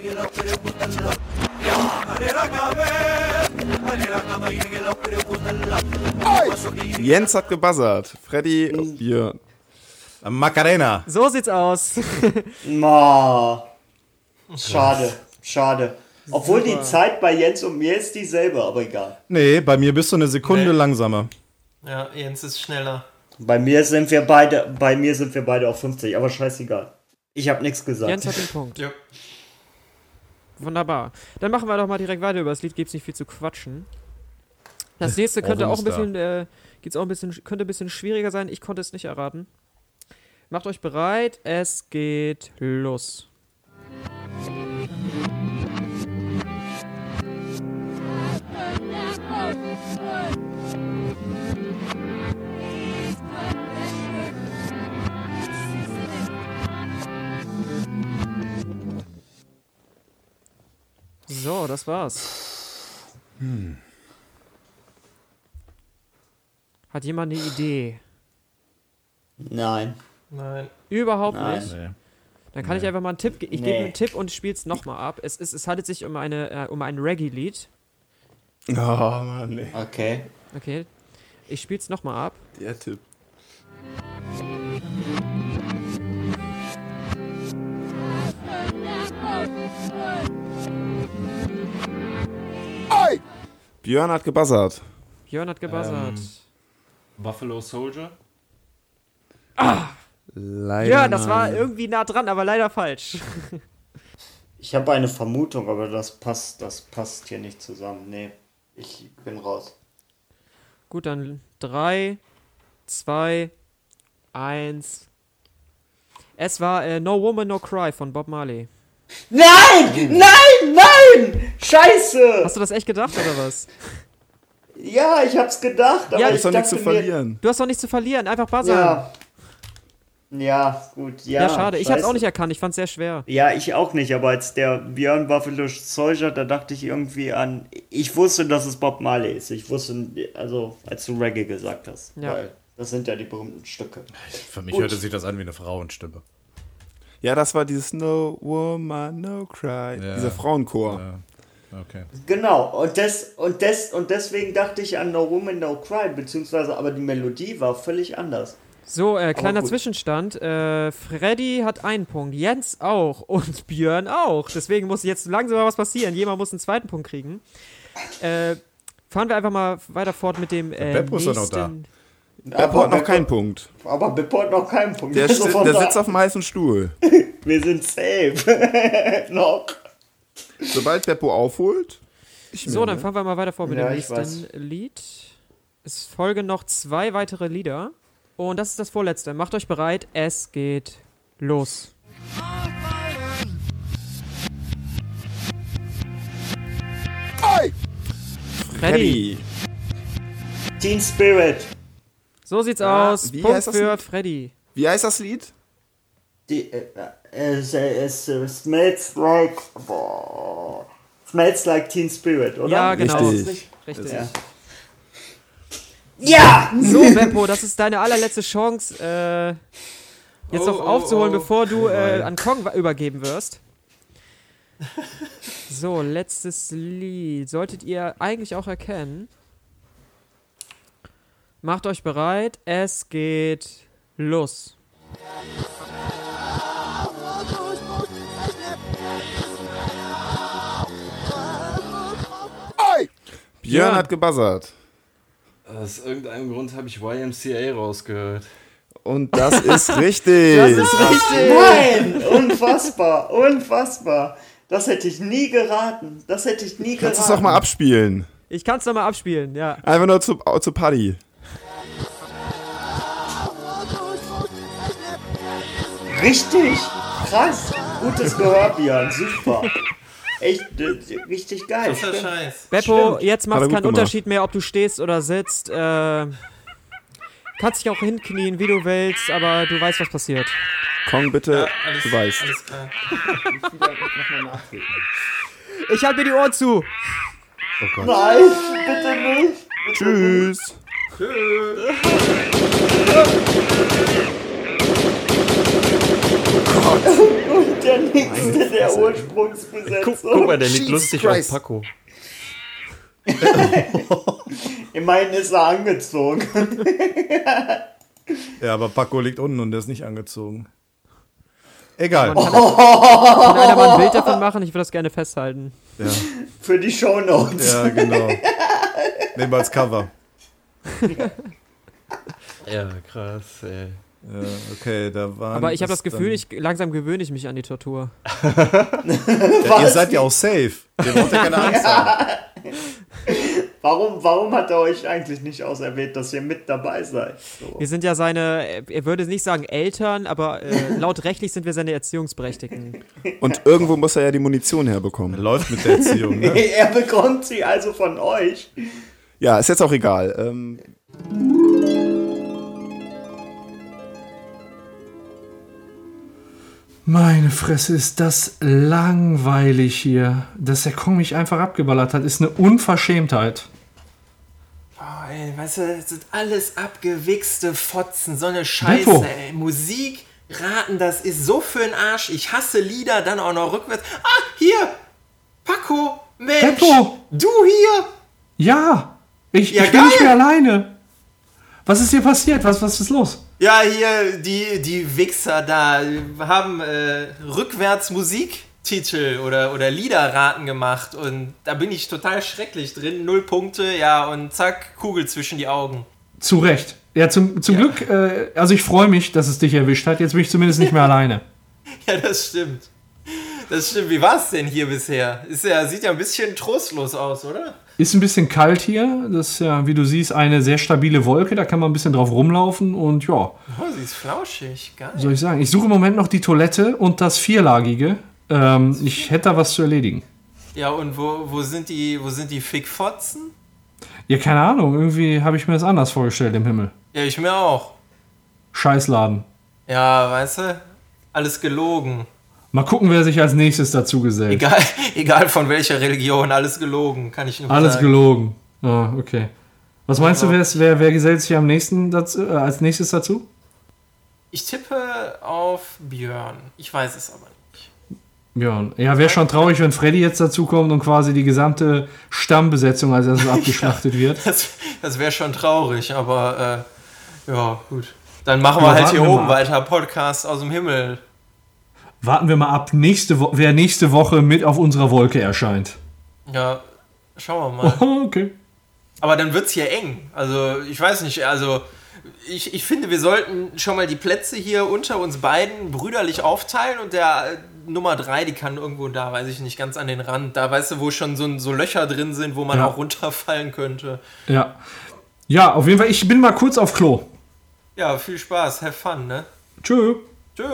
Jens hat gebuzzert. Freddy, hier. Macarena. So sieht's aus. Ma. Schade. Obwohl die Zeit bei Jens und mir ist dieselbe, aber egal. Nee, bei mir bist du eine Sekunde Nee. langsamer. Ja, Jens ist schneller. Bei mir sind wir beide auf 50, aber scheißegal. Ich habe nichts gesagt. Jens hat den Punkt. Ja. Wunderbar. Dann machen wir doch mal direkt weiter. Über das Lied gibt's nicht viel zu quatschen. Das nächste könnte auch ein bisschen, könnte ein bisschen schwieriger sein. Ich konnte es nicht erraten. Macht euch bereit. Es geht los. So, das war's. Hat jemand eine Idee? Nein. Nein. Überhaupt Nein. nicht. Nee. Dann kann ich einfach mal einen Tipp geben. Ich Nee. gebe einen Tipp und spiel's nochmal ab. Es handelt sich um ein Reggae-Lied. Oh, Mann, ey. Okay. Okay. Ich spiel's nochmal ab. Der Tipp. Björn hat gebuzzert. Björn hat gebuzzert. Buffalo Soldier? Leider Björn, das war nein. irgendwie nah dran, aber leider falsch. Ich habe eine Vermutung, aber das passt hier nicht zusammen. Nee, ich bin raus. Gut, dann 3, 2, 1. Es war No Woman, No Cry von Bob Marley. Nein! Scheiße! Hast du das echt gedacht, oder was? Ja, ich hab's gedacht, aber Ja, ich Ist doch nichts zu dachte mir, verlieren. Du hast doch nichts zu verlieren, einfach buzzern. Ja, gut, ja. Ja, schade. Ich hab's scheiße. auch nicht erkannt, ich fand's sehr schwer. Ja, ich auch nicht, aber als der Björn Buffalo Soldier, da dachte ich irgendwie an. Ich wusste, dass es Bob Marley ist. Ich wusste, also als du Reggae gesagt hast. Ja. Weil das sind ja die berühmten Stücke. Für mich Gut. hörte sich das an wie eine Frauenstimme. Ja, das war dieses No Woman, No Cry. Ja. Dieser Frauenchor. Ja, okay. Genau, und deswegen dachte ich an No Woman, No Cry, beziehungsweise, aber die Melodie war völlig anders. So, kleiner gut. Zwischenstand. Freddy hat einen Punkt, Jens auch und Björn auch. Deswegen muss jetzt langsam mal was passieren. Jemand muss einen zweiten Punkt kriegen. Fahren wir einfach mal weiter fort mit dem Beppo ist doch noch da. nächsten. Beppo hat noch keinen Punkt. Aber Beppo hat noch keinen Punkt. Der, Also von der da- sitzt auf dem heißen Stuhl. Wir sind safe. Noch. Sobald Beppo aufholt. So, dann fahren wir mal weiter fort mit Ja, dem ich nächsten Lied. Es folgen noch 2 weitere Lieder. Und das ist das vorletzte. Macht euch bereit, es geht los. Freddy. Teen Spirit. So sieht's aus. wie Punkt heißt das für Lied? Freddy. Wie heißt das Lied? Es smells like. Boah. Smells like Teen Spirit, oder? Ja, genau. Richtig. Richtig. Ja. Ja! So, Beppo, das ist deine allerletzte Chance, jetzt noch aufzuholen, bevor du an Kong übergeben wirst. So, letztes Lied. Solltet ihr eigentlich auch erkennen. Macht euch bereit, es geht los. Björn hat gebuzzert. Aus irgendeinem Grund habe ich YMCA rausgehört. Und das ist richtig. Das ist richtig. Nein, unfassbar, unfassbar. Das hätte ich nie geraten. Das hätte ich nie Kannst du es geraten. doch mal abspielen? Ich kann es nochmal abspielen, ja. Einfach nur zu Paddy. Richtig. Krass. Gutes Gehör, Björn. Super. Echt richtig geil. Das ist der Scheiß. Beppo, Stimmt. jetzt macht Hat er es gut keinen gemacht. Unterschied mehr, ob du stehst oder sitzt. Kannst dich auch hinknien, wie du willst, aber du weißt, was passiert. Kong, bitte, Alles, du weißt. alles klar. Ich halte mir die Ohren zu. Nein, bitte nicht. Tschüss. Und der nächste der Ursprungsbesetzung. Guck mal, der liegt lustig auf Paco. Immerhin ist er angezogen. Ja, aber Paco liegt unten und der ist nicht angezogen. Egal. Kann einer mal ein Bild davon machen? Ich würde das gerne festhalten. Ja, Für die Shownotes. ja, genau. Nehmen wir als Cover. Ja, krass, ey. Ja, okay, da waren. Aber ich habe das Gefühl, langsam gewöhne ich mich an die Tortur. Ja, ihr seid ja auch safe. Ihr braucht ja keine Angst haben. Warum hat er euch eigentlich nicht auserwählt, dass ihr mit dabei seid? So. Wir sind ja er würde nicht sagen Eltern, aber laut rechtlich sind wir seine Erziehungsberechtigten. Und irgendwo muss er ja die Munition herbekommen. Läuft mit der Erziehung, ne? Er bekommt sie also von euch. Ja, ist jetzt auch egal. Meine Fresse, ist das langweilig hier. Dass der Kong mich einfach abgeballert hat, ist eine Unverschämtheit. Oh, ey, weißt du, das sind alles abgewichste Fotzen, so eine Scheiße, Beppo. ey. Musik, raten, das ist so für den Arsch. Ich hasse Lieder, dann auch noch rückwärts. Ah, hier, Paco, Mensch, Beppo. du hier. Ja, ich Ja, bin geil. nicht mehr alleine. Was ist hier passiert? Was ist los? Ja, hier, die Wichser da haben rückwärts Musiktitel oder Liederraten gemacht und da bin ich total schrecklich drin. 0 Punkte, ja, und zack, Kugel zwischen die Augen. Zu Recht. Ja, zum Glück, also ich freue mich, dass es dich erwischt hat. Jetzt bin ich zumindest nicht mehr alleine. Ja, das stimmt. Das stimmt. Wie war es denn hier bisher? Sieht ja ein bisschen trostlos aus, oder? Ist ein bisschen kalt hier. Das ist ja, wie du siehst, eine sehr stabile Wolke. Da kann man ein bisschen drauf rumlaufen und ja, Oh, sie ist flauschig. Geil. soll ich sagen. Ich suche im Moment noch die Toilette und das vierlagige. Ich hätte da was zu erledigen. Ja, und wo sind die Fickfotzen? Ja, keine Ahnung. Irgendwie habe ich mir das anders vorgestellt im Himmel. Ja, ich mir auch. Scheißladen. Ja, weißt du? Alles gelogen. Mal gucken, wer sich als nächstes dazu gesellt. Egal von welcher Religion, alles gelogen, kann ich nur Alles sagen. gelogen. Ah, okay. Was meinst du, wer gesellt sich am nächsten als nächstes dazu? Ich tippe auf Björn. Ich weiß es aber nicht. Björn. Ja, wäre schon traurig, wenn Freddy jetzt dazukommt und quasi die gesamte Stammbesetzung als erstes abgeschlachtet wird. Das wäre schon traurig, aber ja, gut. Dann machen wir Ja, halt warten hier wir oben mal ab. weiter Podcast aus dem Himmel. Warten wir mal ab, wer nächste Woche mit auf unserer Wolke erscheint. Ja, schauen wir mal. Okay. Aber dann wird's hier eng. Also, ich weiß nicht, also ich finde, wir sollten schon mal die Plätze hier unter uns beiden brüderlich aufteilen und der Nummer 3, die kann irgendwo da, weiß ich nicht, ganz an den Rand. Da weißt du, wo schon so Löcher drin sind, wo man Ja. auch runterfallen könnte. Ja. Ja, auf jeden Fall, ich bin mal kurz auf Klo. Ja, viel Spaß, have fun, ne? Tschö. Tschö.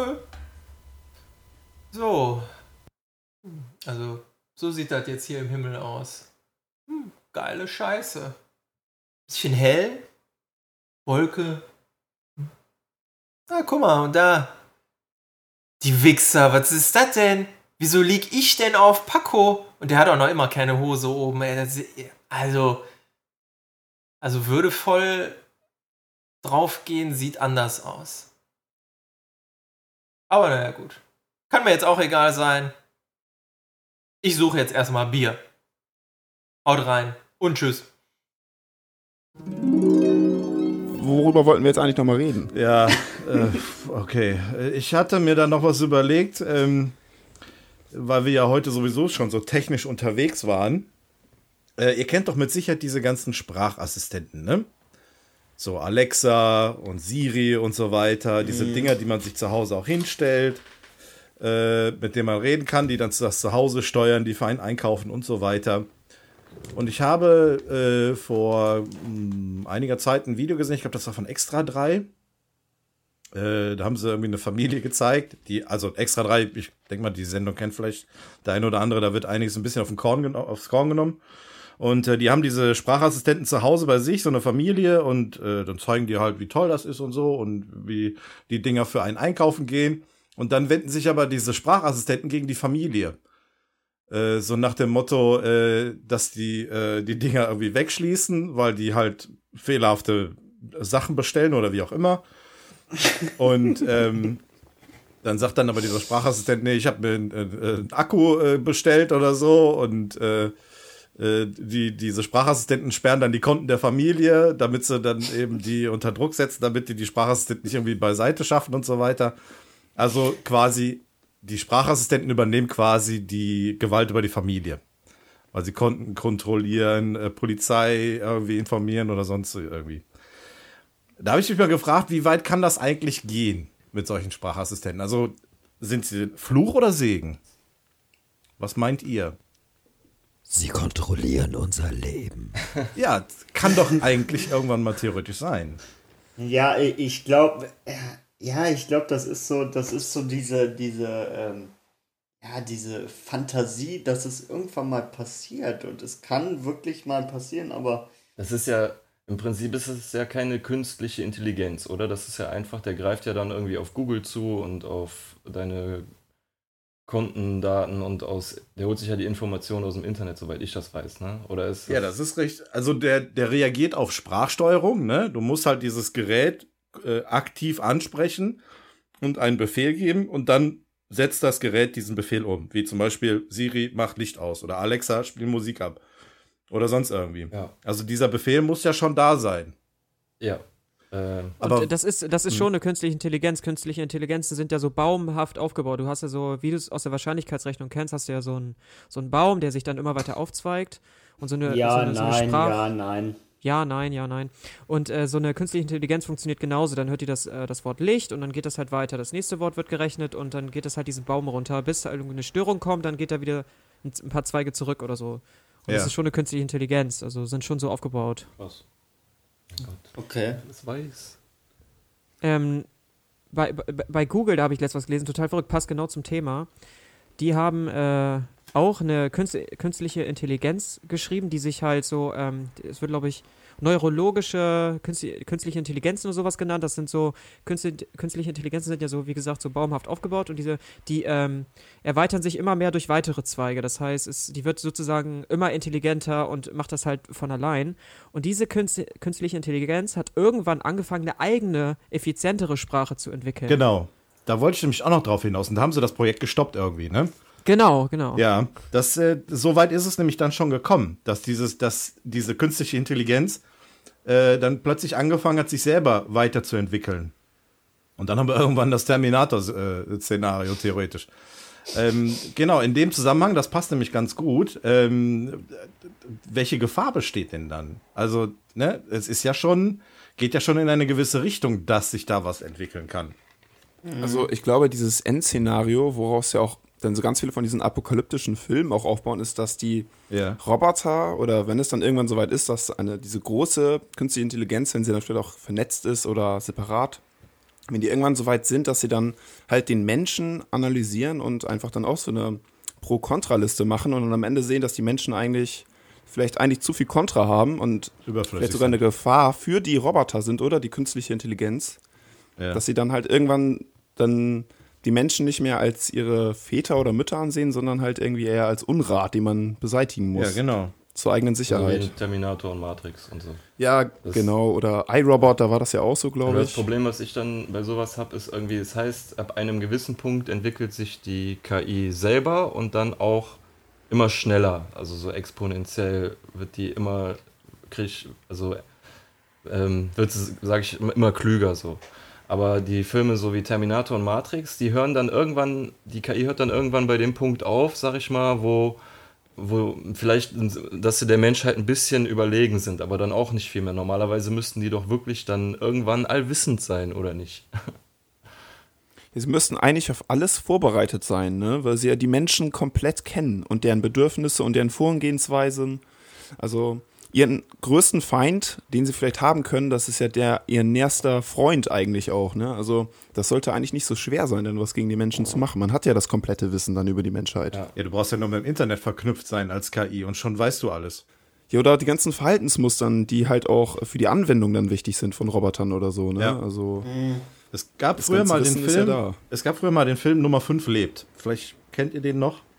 So. Also, so sieht das jetzt hier im Himmel aus. Geile Scheiße. Bisschen hell. Wolke. Ah, guck mal, und da. Die Wichser, was ist das denn? Wieso lieg ich denn auf Paco? Und der hat auch noch immer keine Hose oben, ey. Also würdevoll draufgehen sieht anders aus. Aber naja, gut. Kann mir jetzt auch egal sein. Ich suche jetzt erstmal Bier. Haut rein und tschüss. Worüber wollten wir jetzt eigentlich nochmal reden? Ja, okay. Ich hatte mir da noch was überlegt, weil wir ja heute sowieso schon so technisch unterwegs waren. Ihr kennt doch mit Sicherheit diese ganzen Sprachassistenten, ne? So Alexa und Siri und so weiter. Diese Dinger, die man sich zu Hause auch hinstellt, mit denen man reden kann, die dann das zu Hause steuern, die für einen einkaufen und so weiter. Und ich habe vor einiger Zeit ein Video gesehen, ich glaube, das war von Extra 3. Da haben sie irgendwie eine Familie gezeigt, also Extra 3, ich denke mal, die Sendung kennt vielleicht der eine oder andere, da wird einiges ein bisschen aufs Korn genommen. Und die haben diese Sprachassistenten zu Hause bei sich, so eine Familie, und dann zeigen die halt, wie toll das ist und so und wie die Dinger für einen einkaufen gehen. Und dann wenden sich aber diese Sprachassistenten gegen die Familie. So nach dem Motto, dass die Dinger irgendwie wegschließen, weil die halt fehlerhafte Sachen bestellen oder wie auch immer. Und dann sagt dann aber dieser Sprachassistent, nee, ich habe mir einen Akku bestellt oder so, und diese Sprachassistenten sperren dann die Konten der Familie, damit sie dann eben die unter Druck setzen, damit die Sprachassistenten nicht irgendwie beiseite schaffen und so weiter. Also quasi, die Sprachassistenten übernehmen quasi die Gewalt über die Familie. Weil sie Konten kontrollieren, Polizei irgendwie informieren oder sonst irgendwie. Da habe ich mich mal gefragt, wie weit kann das eigentlich gehen mit solchen Sprachassistenten? Also sind sie Fluch oder Segen? Was meint ihr? Sie kontrollieren unser Leben. Ja, kann doch eigentlich irgendwann mal theoretisch sein. Ja, ich glaube, das ist so diese Fantasie, dass es irgendwann mal passiert, und es kann wirklich mal passieren, aber Das ist ja, im Prinzip ist es ja keine künstliche Intelligenz, oder? Das ist ja einfach, der greift ja dann irgendwie auf Google zu und auf deine Kontendaten und der holt sich ja die Informationen aus dem Internet, soweit ich das weiß, ne? Oder ist Ja, das ist richtig. Also der reagiert auf Sprachsteuerung, ne? Du musst halt dieses Gerät aktiv ansprechen und einen Befehl geben, und dann setzt das Gerät diesen Befehl um. Wie zum Beispiel Siri, mach Licht aus, oder Alexa, spiel Musik ab. Oder sonst irgendwie. Ja. Also dieser Befehl muss ja schon da sein. Ja. Aber das ist schon eine künstliche Intelligenz. Künstliche Intelligenzen sind ja so baumhaft aufgebaut. Du hast ja so, wie du es aus der Wahrscheinlichkeitsrechnung kennst, hast du ja so einen Baum, der sich dann immer weiter aufzweigt. Und so eine nein. Ja, nein. Und so eine künstliche Intelligenz funktioniert genauso. Dann hört die das Wort Licht, und dann geht das halt weiter. Das nächste Wort wird gerechnet, und dann geht das halt diesen Baum runter, bis halt eine Störung kommt, dann geht er wieder ein paar Zweige zurück oder so. Und das ist schon eine künstliche Intelligenz. Also sind schon so aufgebaut. Was? Okay. Das weiß. Bei Google, da habe ich letztes was gelesen, total verrückt, passt genau zum Thema. Die haben auch eine künstliche Intelligenz geschrieben, die sich halt so, es wird, glaube ich, neurologische künstliche Intelligenzen oder sowas genannt. Das sind so, künstliche Intelligenzen sind ja so, wie gesagt, so baumhaft aufgebaut, und die erweitern sich immer mehr durch weitere Zweige. Das heißt, die wird sozusagen immer intelligenter und macht das halt von allein. Und diese künstliche Intelligenz hat irgendwann angefangen, eine eigene, effizientere Sprache zu entwickeln. Genau. Da wollte ich nämlich auch noch drauf hinaus. Und da haben sie das Projekt gestoppt irgendwie, ne? Genau. Ja, so weit ist es nämlich dann schon gekommen, dass diese künstliche Intelligenz dann plötzlich angefangen hat, sich selber weiterzuentwickeln. Und dann haben wir irgendwann das Terminator-Szenario theoretisch. Genau, in dem Zusammenhang, das passt nämlich ganz gut. Welche Gefahr besteht denn dann? Also, ne, geht ja schon in eine gewisse Richtung, dass sich da was entwickeln kann. Also ich glaube, dieses Endszenario, woraus ja auch dann so ganz viele von diesen apokalyptischen Filmen auch aufbauen, ist, dass die Roboter, oder wenn es dann irgendwann soweit ist, dass diese große künstliche Intelligenz, wenn sie dann später auch vernetzt ist oder separat, wenn die irgendwann soweit sind, dass sie dann halt den Menschen analysieren und einfach dann auch so eine Pro-Kontra-Liste machen und dann am Ende sehen, dass die Menschen vielleicht zu viel Kontra haben und vielleicht sogar eine Gefahr für die Roboter sind oder die künstliche Intelligenz, dass sie dann halt irgendwann dann die Menschen nicht mehr als ihre Väter oder Mütter ansehen, sondern halt irgendwie eher als Unrat, den man beseitigen muss. Ja, genau. Zur eigenen Sicherheit. Also Terminator und Matrix und so. Ja, genau. Oder iRobot, da war das ja auch so, glaube ich. Das Problem, was ich dann bei sowas habe, ist irgendwie, das heißt, ab einem gewissen Punkt entwickelt sich die KI selber und dann auch immer schneller, also so exponentiell wird die immer, wird sie, sage ich, immer klüger so. Aber die Filme so wie Terminator und Matrix, die KI hört dann irgendwann bei dem Punkt auf, sag ich mal, wo vielleicht, dass sie der Menschheit ein bisschen überlegen sind, aber dann auch nicht viel mehr. Normalerweise müssten die doch wirklich dann irgendwann allwissend sein, oder nicht? Sie müssten eigentlich auf alles vorbereitet sein, ne? Weil sie ja die Menschen komplett kennen und deren Bedürfnisse und deren Vorgehensweisen. Also ihren größten Feind, den sie vielleicht haben können, das ist ja ihr nächster Freund eigentlich auch, ne? Also das sollte eigentlich nicht so schwer sein, denn was gegen die Menschen zu machen. Man hat ja das komplette Wissen dann über die Menschheit. Ja, du brauchst ja nur mit dem Internet verknüpft sein als KI und schon weißt du alles. Ja, oder die ganzen Verhaltensmustern, die halt auch für die Anwendung dann wichtig sind von Robotern oder so, ne? Ja. Also es gab früher mal den Film, ja, es gab früher mal den Film Nummer 5 lebt. Vielleicht kennt ihr den noch.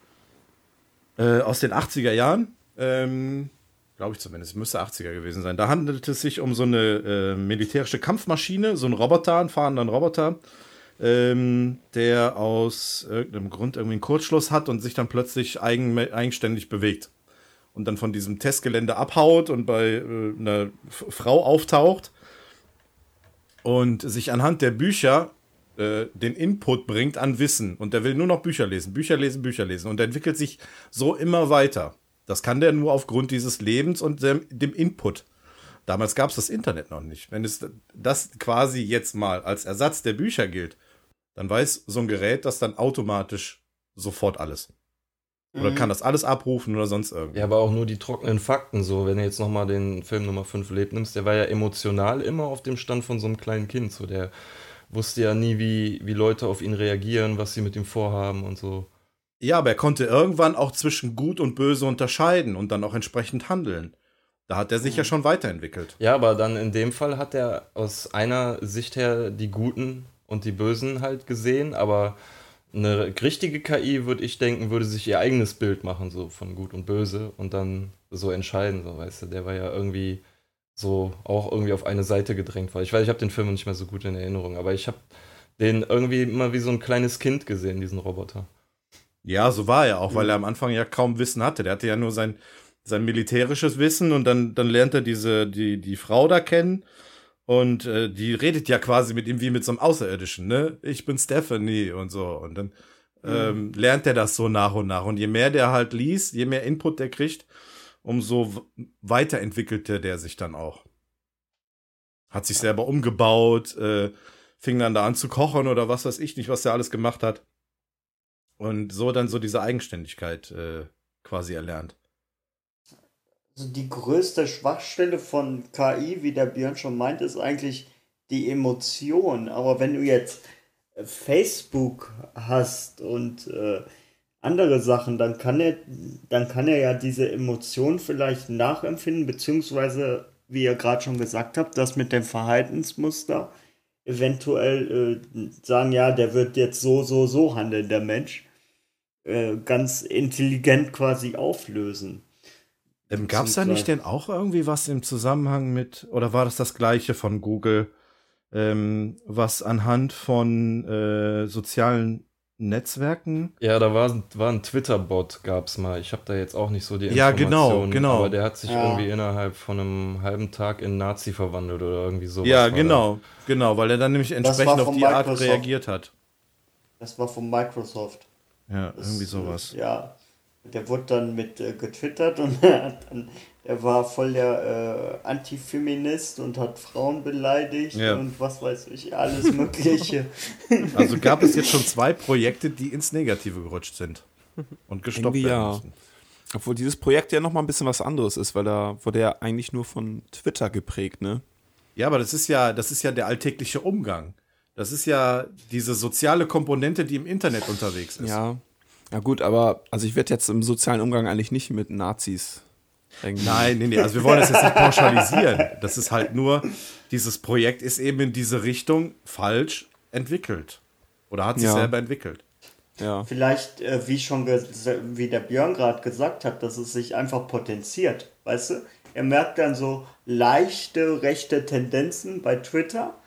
Aus den 80er Jahren. Glaube ich zumindest, müsste 80er gewesen sein. Da handelt es sich um so eine militärische Kampfmaschine, so ein Roboter, einen fahrenden Roboter, der aus irgendeinem Grund irgendwie einen Kurzschluss hat und sich dann plötzlich eigenständig bewegt. Und dann von diesem Testgelände abhaut und bei einer Frau auftaucht und sich anhand der Bücher den Input bringt an Wissen. Und der will nur noch Bücher lesen. Und der entwickelt sich so immer weiter. Das kann der nur aufgrund dieses Lebens und dem Input. Damals gab es das Internet noch nicht. Wenn es das quasi jetzt mal als Ersatz der Bücher gilt, dann weiß so ein Gerät das dann automatisch sofort alles. Oder kann das alles abrufen oder sonst irgendwas. Ja, aber auch nur die trockenen Fakten so. Wenn du jetzt nochmal den Film Nummer 5 lebt nimmst, der war ja emotional immer auf dem Stand von so einem kleinen Kind. So, der wusste ja nie, wie Leute auf ihn reagieren, was sie mit ihm vorhaben und so. Ja, aber er konnte irgendwann auch zwischen Gut und Böse unterscheiden und dann auch entsprechend handeln. Da hat er sich ja schon weiterentwickelt. Ja, aber dann in dem Fall hat er aus einer Sicht her die Guten und die Bösen halt gesehen, aber eine richtige KI, würde ich denken, würde sich ihr eigenes Bild machen, so von Gut und Böse und dann so entscheiden, so, weißt du, der war ja irgendwie so auch irgendwie auf eine Seite gedrängt, weil ich habe den Film nicht mehr so gut in Erinnerung, aber ich habe den irgendwie immer wie so ein kleines Kind gesehen, diesen Roboter. Ja, so war er auch, weil er am Anfang ja kaum Wissen hatte. Der hatte ja nur sein militärisches Wissen und dann lernt er die Frau da kennen und die redet ja quasi mit ihm wie mit so einem Außerirdischen, ne? Ich bin Stephanie und so. Und dann lernt er das so nach und nach. Und je mehr der halt liest, je mehr Input der kriegt, umso weiterentwickelte der sich dann auch. Hat sich selber umgebaut, fing dann da an zu kochen oder was weiß ich nicht, was der alles gemacht hat. Und so dann so diese Eigenständigkeit quasi erlernt. Also die größte Schwachstelle von KI, wie der Björn schon meint, ist eigentlich die Emotion. Aber wenn du jetzt Facebook hast und andere Sachen, dann kann er ja diese Emotion vielleicht nachempfinden, beziehungsweise, wie ihr gerade schon gesagt habt, das mit dem Verhaltensmuster eventuell sagen, ja, der wird jetzt so handeln, der Mensch. Ganz intelligent quasi auflösen. Gab es da nicht denn auch irgendwie was im Zusammenhang mit, oder war das Gleiche von Google, was anhand von sozialen Netzwerken? Ja, da war ein Twitter-Bot, gab's mal. Ich habe da jetzt auch nicht so die Informationen. Ja, genau. Aber der hat sich irgendwie innerhalb von einem halben Tag in Nazi verwandelt oder irgendwie sowas. Ja, genau, weil er dann nämlich entsprechend auf die Art reagiert hat. Das war von Microsoft. Ja, irgendwie sowas. Ja, der wurde dann mit getwittert und der war voll der Antifeminist und hat Frauen beleidigt und was weiß ich, alles Mögliche. Also gab es jetzt schon 2 Projekte, die ins Negative gerutscht sind und gestoppt werden mussten. Obwohl dieses Projekt ja nochmal ein bisschen was anderes ist, weil da wurde ja eigentlich nur von Twitter geprägt, ne? Ja, aber das ist ja der alltägliche Umgang. Das ist ja diese soziale Komponente, die im Internet unterwegs ist. Ja gut, aber also ich werde jetzt im sozialen Umgang eigentlich nicht mit Nazis. Nein, also wir wollen das jetzt nicht pauschalisieren. Das ist halt nur, dieses Projekt ist eben in diese Richtung falsch entwickelt. Oder hat sich selber entwickelt. Ja. Vielleicht, wie der Björn gerade gesagt hat, dass es sich einfach potenziert. Weißt du? Er merkt dann so leichte rechte Tendenzen bei Twitter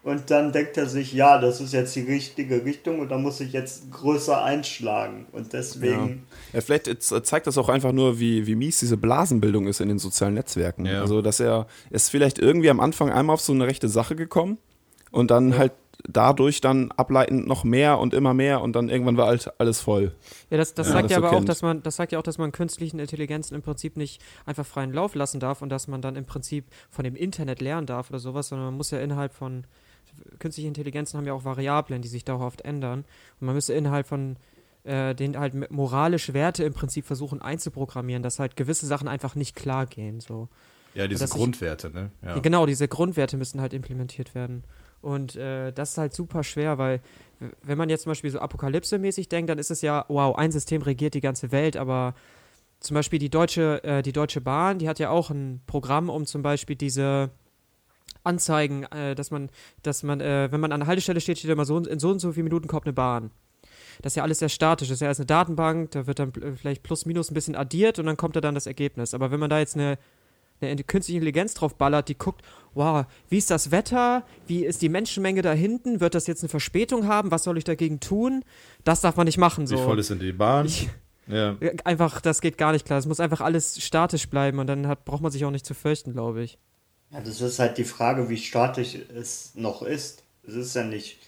und dann denkt er sich, ja, das ist jetzt die richtige Richtung und da muss ich jetzt größer einschlagen und deswegen... Ja, vielleicht zeigt das auch einfach nur, wie mies diese Blasenbildung ist in den sozialen Netzwerken. Ja. Also, dass er ist vielleicht irgendwie am Anfang einmal auf so eine rechte Sache gekommen und dann halt dadurch dann ableitend noch mehr und immer mehr und dann irgendwann war halt alles voll. Ja, das sagt ja so aber auch, kennt. das sagt ja auch, dass man künstlichen Intelligenzen im Prinzip nicht einfach freien Lauf lassen darf und dass man dann im Prinzip von dem Internet lernen darf oder sowas, sondern man muss ja innerhalb von künstliche Intelligenzen haben ja auch Variablen, die sich dauerhaft ändern und man müsste innerhalb von den halt moralische Werte im Prinzip versuchen einzuprogrammieren, dass halt gewisse Sachen einfach nicht klar gehen. So. Ja, diese Grundwerte, ne? Ja. Genau, diese Grundwerte müssen halt implementiert werden. Und das ist halt super schwer, weil wenn man jetzt zum Beispiel so Apokalypse-mäßig denkt, dann ist es ja, wow, ein System regiert die ganze Welt, aber zum Beispiel die Deutsche Bahn, die hat ja auch ein Programm, um zum Beispiel diese Anzeigen, dass man, wenn man an der Haltestelle steht, steht immer so in so und so vielen Minuten kommt eine Bahn. Das ist ja alles sehr statisch, das ist ja erst eine Datenbank, da wird dann vielleicht plus minus ein bisschen addiert und dann kommt da dann das Ergebnis. Aber wenn man da jetzt eine künstliche Intelligenz drauf ballert, die guckt, wow, wie ist das Wetter, wie ist die Menschenmenge da hinten, wird das jetzt eine Verspätung haben, was soll ich dagegen tun? Das darf man nicht machen. So. Wie voll ist denn die Bahn? Einfach, das geht gar nicht klar, es muss einfach alles statisch bleiben und dann braucht man sich auch nicht zu fürchten, glaube ich. Ja, das ist halt die Frage, wie statisch es noch ist. Es ist ja nicht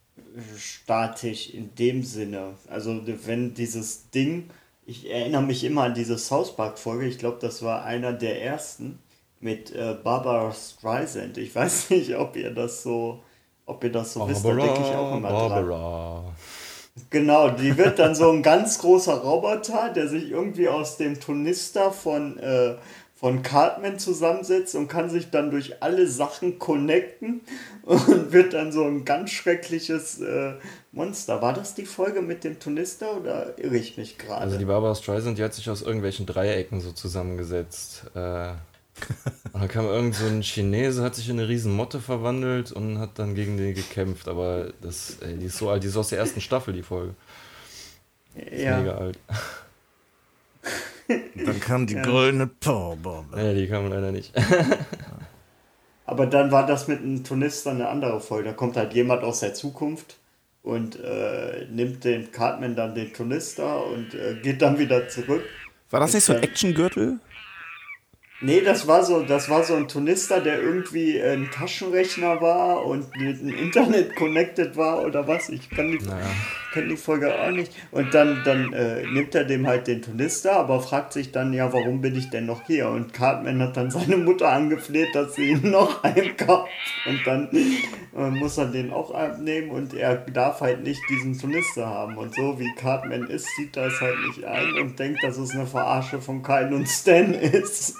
statisch in dem Sinne. Also wenn dieses Ding... Ich erinnere mich immer an diese South Park-Folge, ich glaube, das war einer der ersten mit Barbara Streisand. Ich weiß nicht, ob ihr das so wisst, da denke ich auch immer dran. Genau, die wird dann so ein ganz großer Roboter, der sich irgendwie aus dem Tornister von Cartman zusammensetzt und kann sich dann durch alle Sachen connecten und wird dann so ein ganz schreckliches Monster. War das die Folge mit dem Tornister oder irre ich mich gerade? Also die Barbara Streisand, die hat sich aus irgendwelchen Dreiecken so zusammengesetzt. Und dann kam irgend so ein Chinese, hat sich in eine riesen Motte verwandelt und hat dann gegen den gekämpft. Aber die ist so alt, die ist aus der ersten Staffel, die Folge. Ja. Mega alt. Dann kam die goldene Powerbomb. Ja, die kam leider nicht. Aber dann war das mit einem Tornister eine andere Folge. Da kommt halt jemand aus der Zukunft und nimmt den Cartman dann den Tornister und geht dann wieder zurück. War das nicht so ein Action-Gürtel? Nee, das war so ein Tornister, der irgendwie ein Taschenrechner war und mit dem Internet connected war oder was. Ich kenne die Folge auch nicht. Und dann nimmt er dem halt den Tornister, aber fragt sich dann, ja, warum bin ich denn noch hier? Und Cartman hat dann seine Mutter angefleht, dass sie ihn noch einkauft. Und dann muss er den auch abnehmen und er darf halt nicht diesen Tornister haben. Und so wie Cartman ist, sieht er es halt nicht ein und denkt, dass es eine Verarsche von Kyle und Stan ist.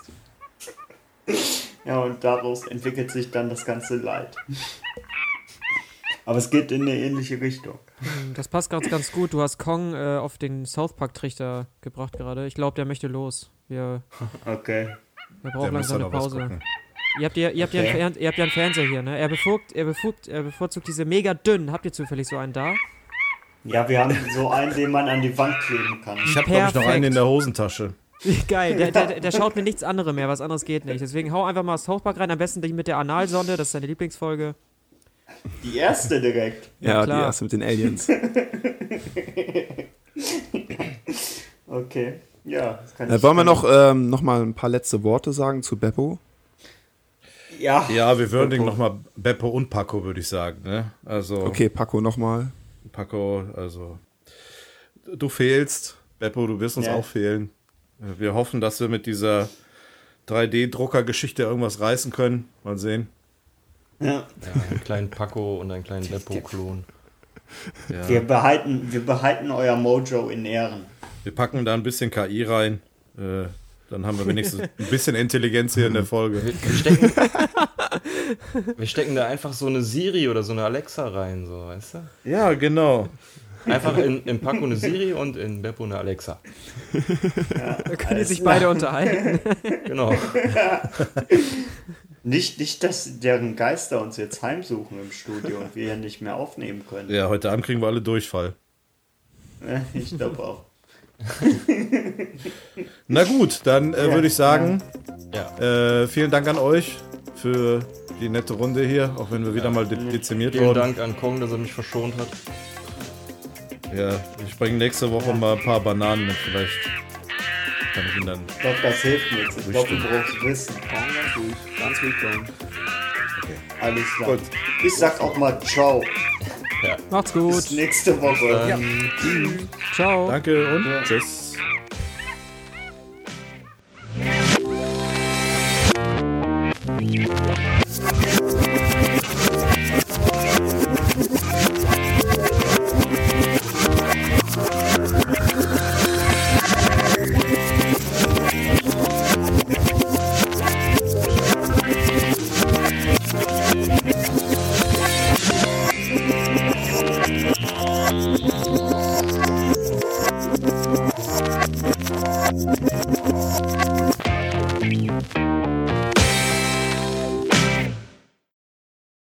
Ja, und daraus entwickelt sich dann das ganze Leid. Aber es geht in eine ähnliche Richtung. Das passt ganz gut. Du hast Kong auf den South Park-Trichter gebracht gerade. Ich glaube, der möchte los. Okay. Wir brauchen langsam eine Pause. Ihr habt ja einen Fernseher hier, ne? Er bevorzugt diese mega dünnen. Habt ihr zufällig so einen da? Ja, wir haben so einen, den man an die Wand kleben kann. Ich habe, glaube ich, noch einen in der Hosentasche. Geil, der schaut mir nichts anderes mehr, was anderes geht nicht. Deswegen hau einfach mal South Park rein, am besten die mit der Analsonde, das ist deine Lieblingsfolge. Die erste direkt. Ja, die erste mit den Aliens. Okay, ja. Wollen wir noch mal ein paar letzte Worte sagen zu Beppo? Ja, wir würdigen nochmal Beppo und Paco, würde ich sagen. Ne? Also, okay, Paco nochmal. Paco, also du fehlst. Beppo, du wirst uns auch fehlen. Wir hoffen, dass wir mit dieser 3D-Drucker-Geschichte irgendwas reißen können. Mal sehen. Ja, einen kleinen Paco und einen kleinen Beppo-Klon. Ja. Wir behalten euer Mojo in Ehren. Wir packen da ein bisschen KI rein. Dann haben wir wenigstens ein bisschen Intelligenz hier in der Folge. Wir stecken da einfach so eine Siri oder so eine Alexa rein, so, weißt du? Ja, genau. Einfach in Paco eine Siri und in Beppo eine Alexa. Ja, da können die sich beide unterhalten. Genau. Nicht, dass deren Geister uns jetzt heimsuchen im Studio und wir hier nicht mehr aufnehmen können. Ja, heute Abend kriegen wir alle Durchfall. Ich glaube auch. Na gut, dann würde ich sagen, vielen Dank an euch für die nette Runde hier, auch wenn wir wieder mal dezimiert Vielen wurden. Dank an Kong, dass er mich verschont hat. Ja, ich bringe nächste Woche mal ein paar Bananen mit, vielleicht kann ich ihn dann... Ich glaube, das hilft nichts. Ich glaube, du brauchst Wissen. Ganz ruhig, Kong. Alles klar. Gut. Ich sag auch mal ciao. Macht's Bis gut. nächste Woche. Ja. Ciao. Danke und tschüss. Thank you.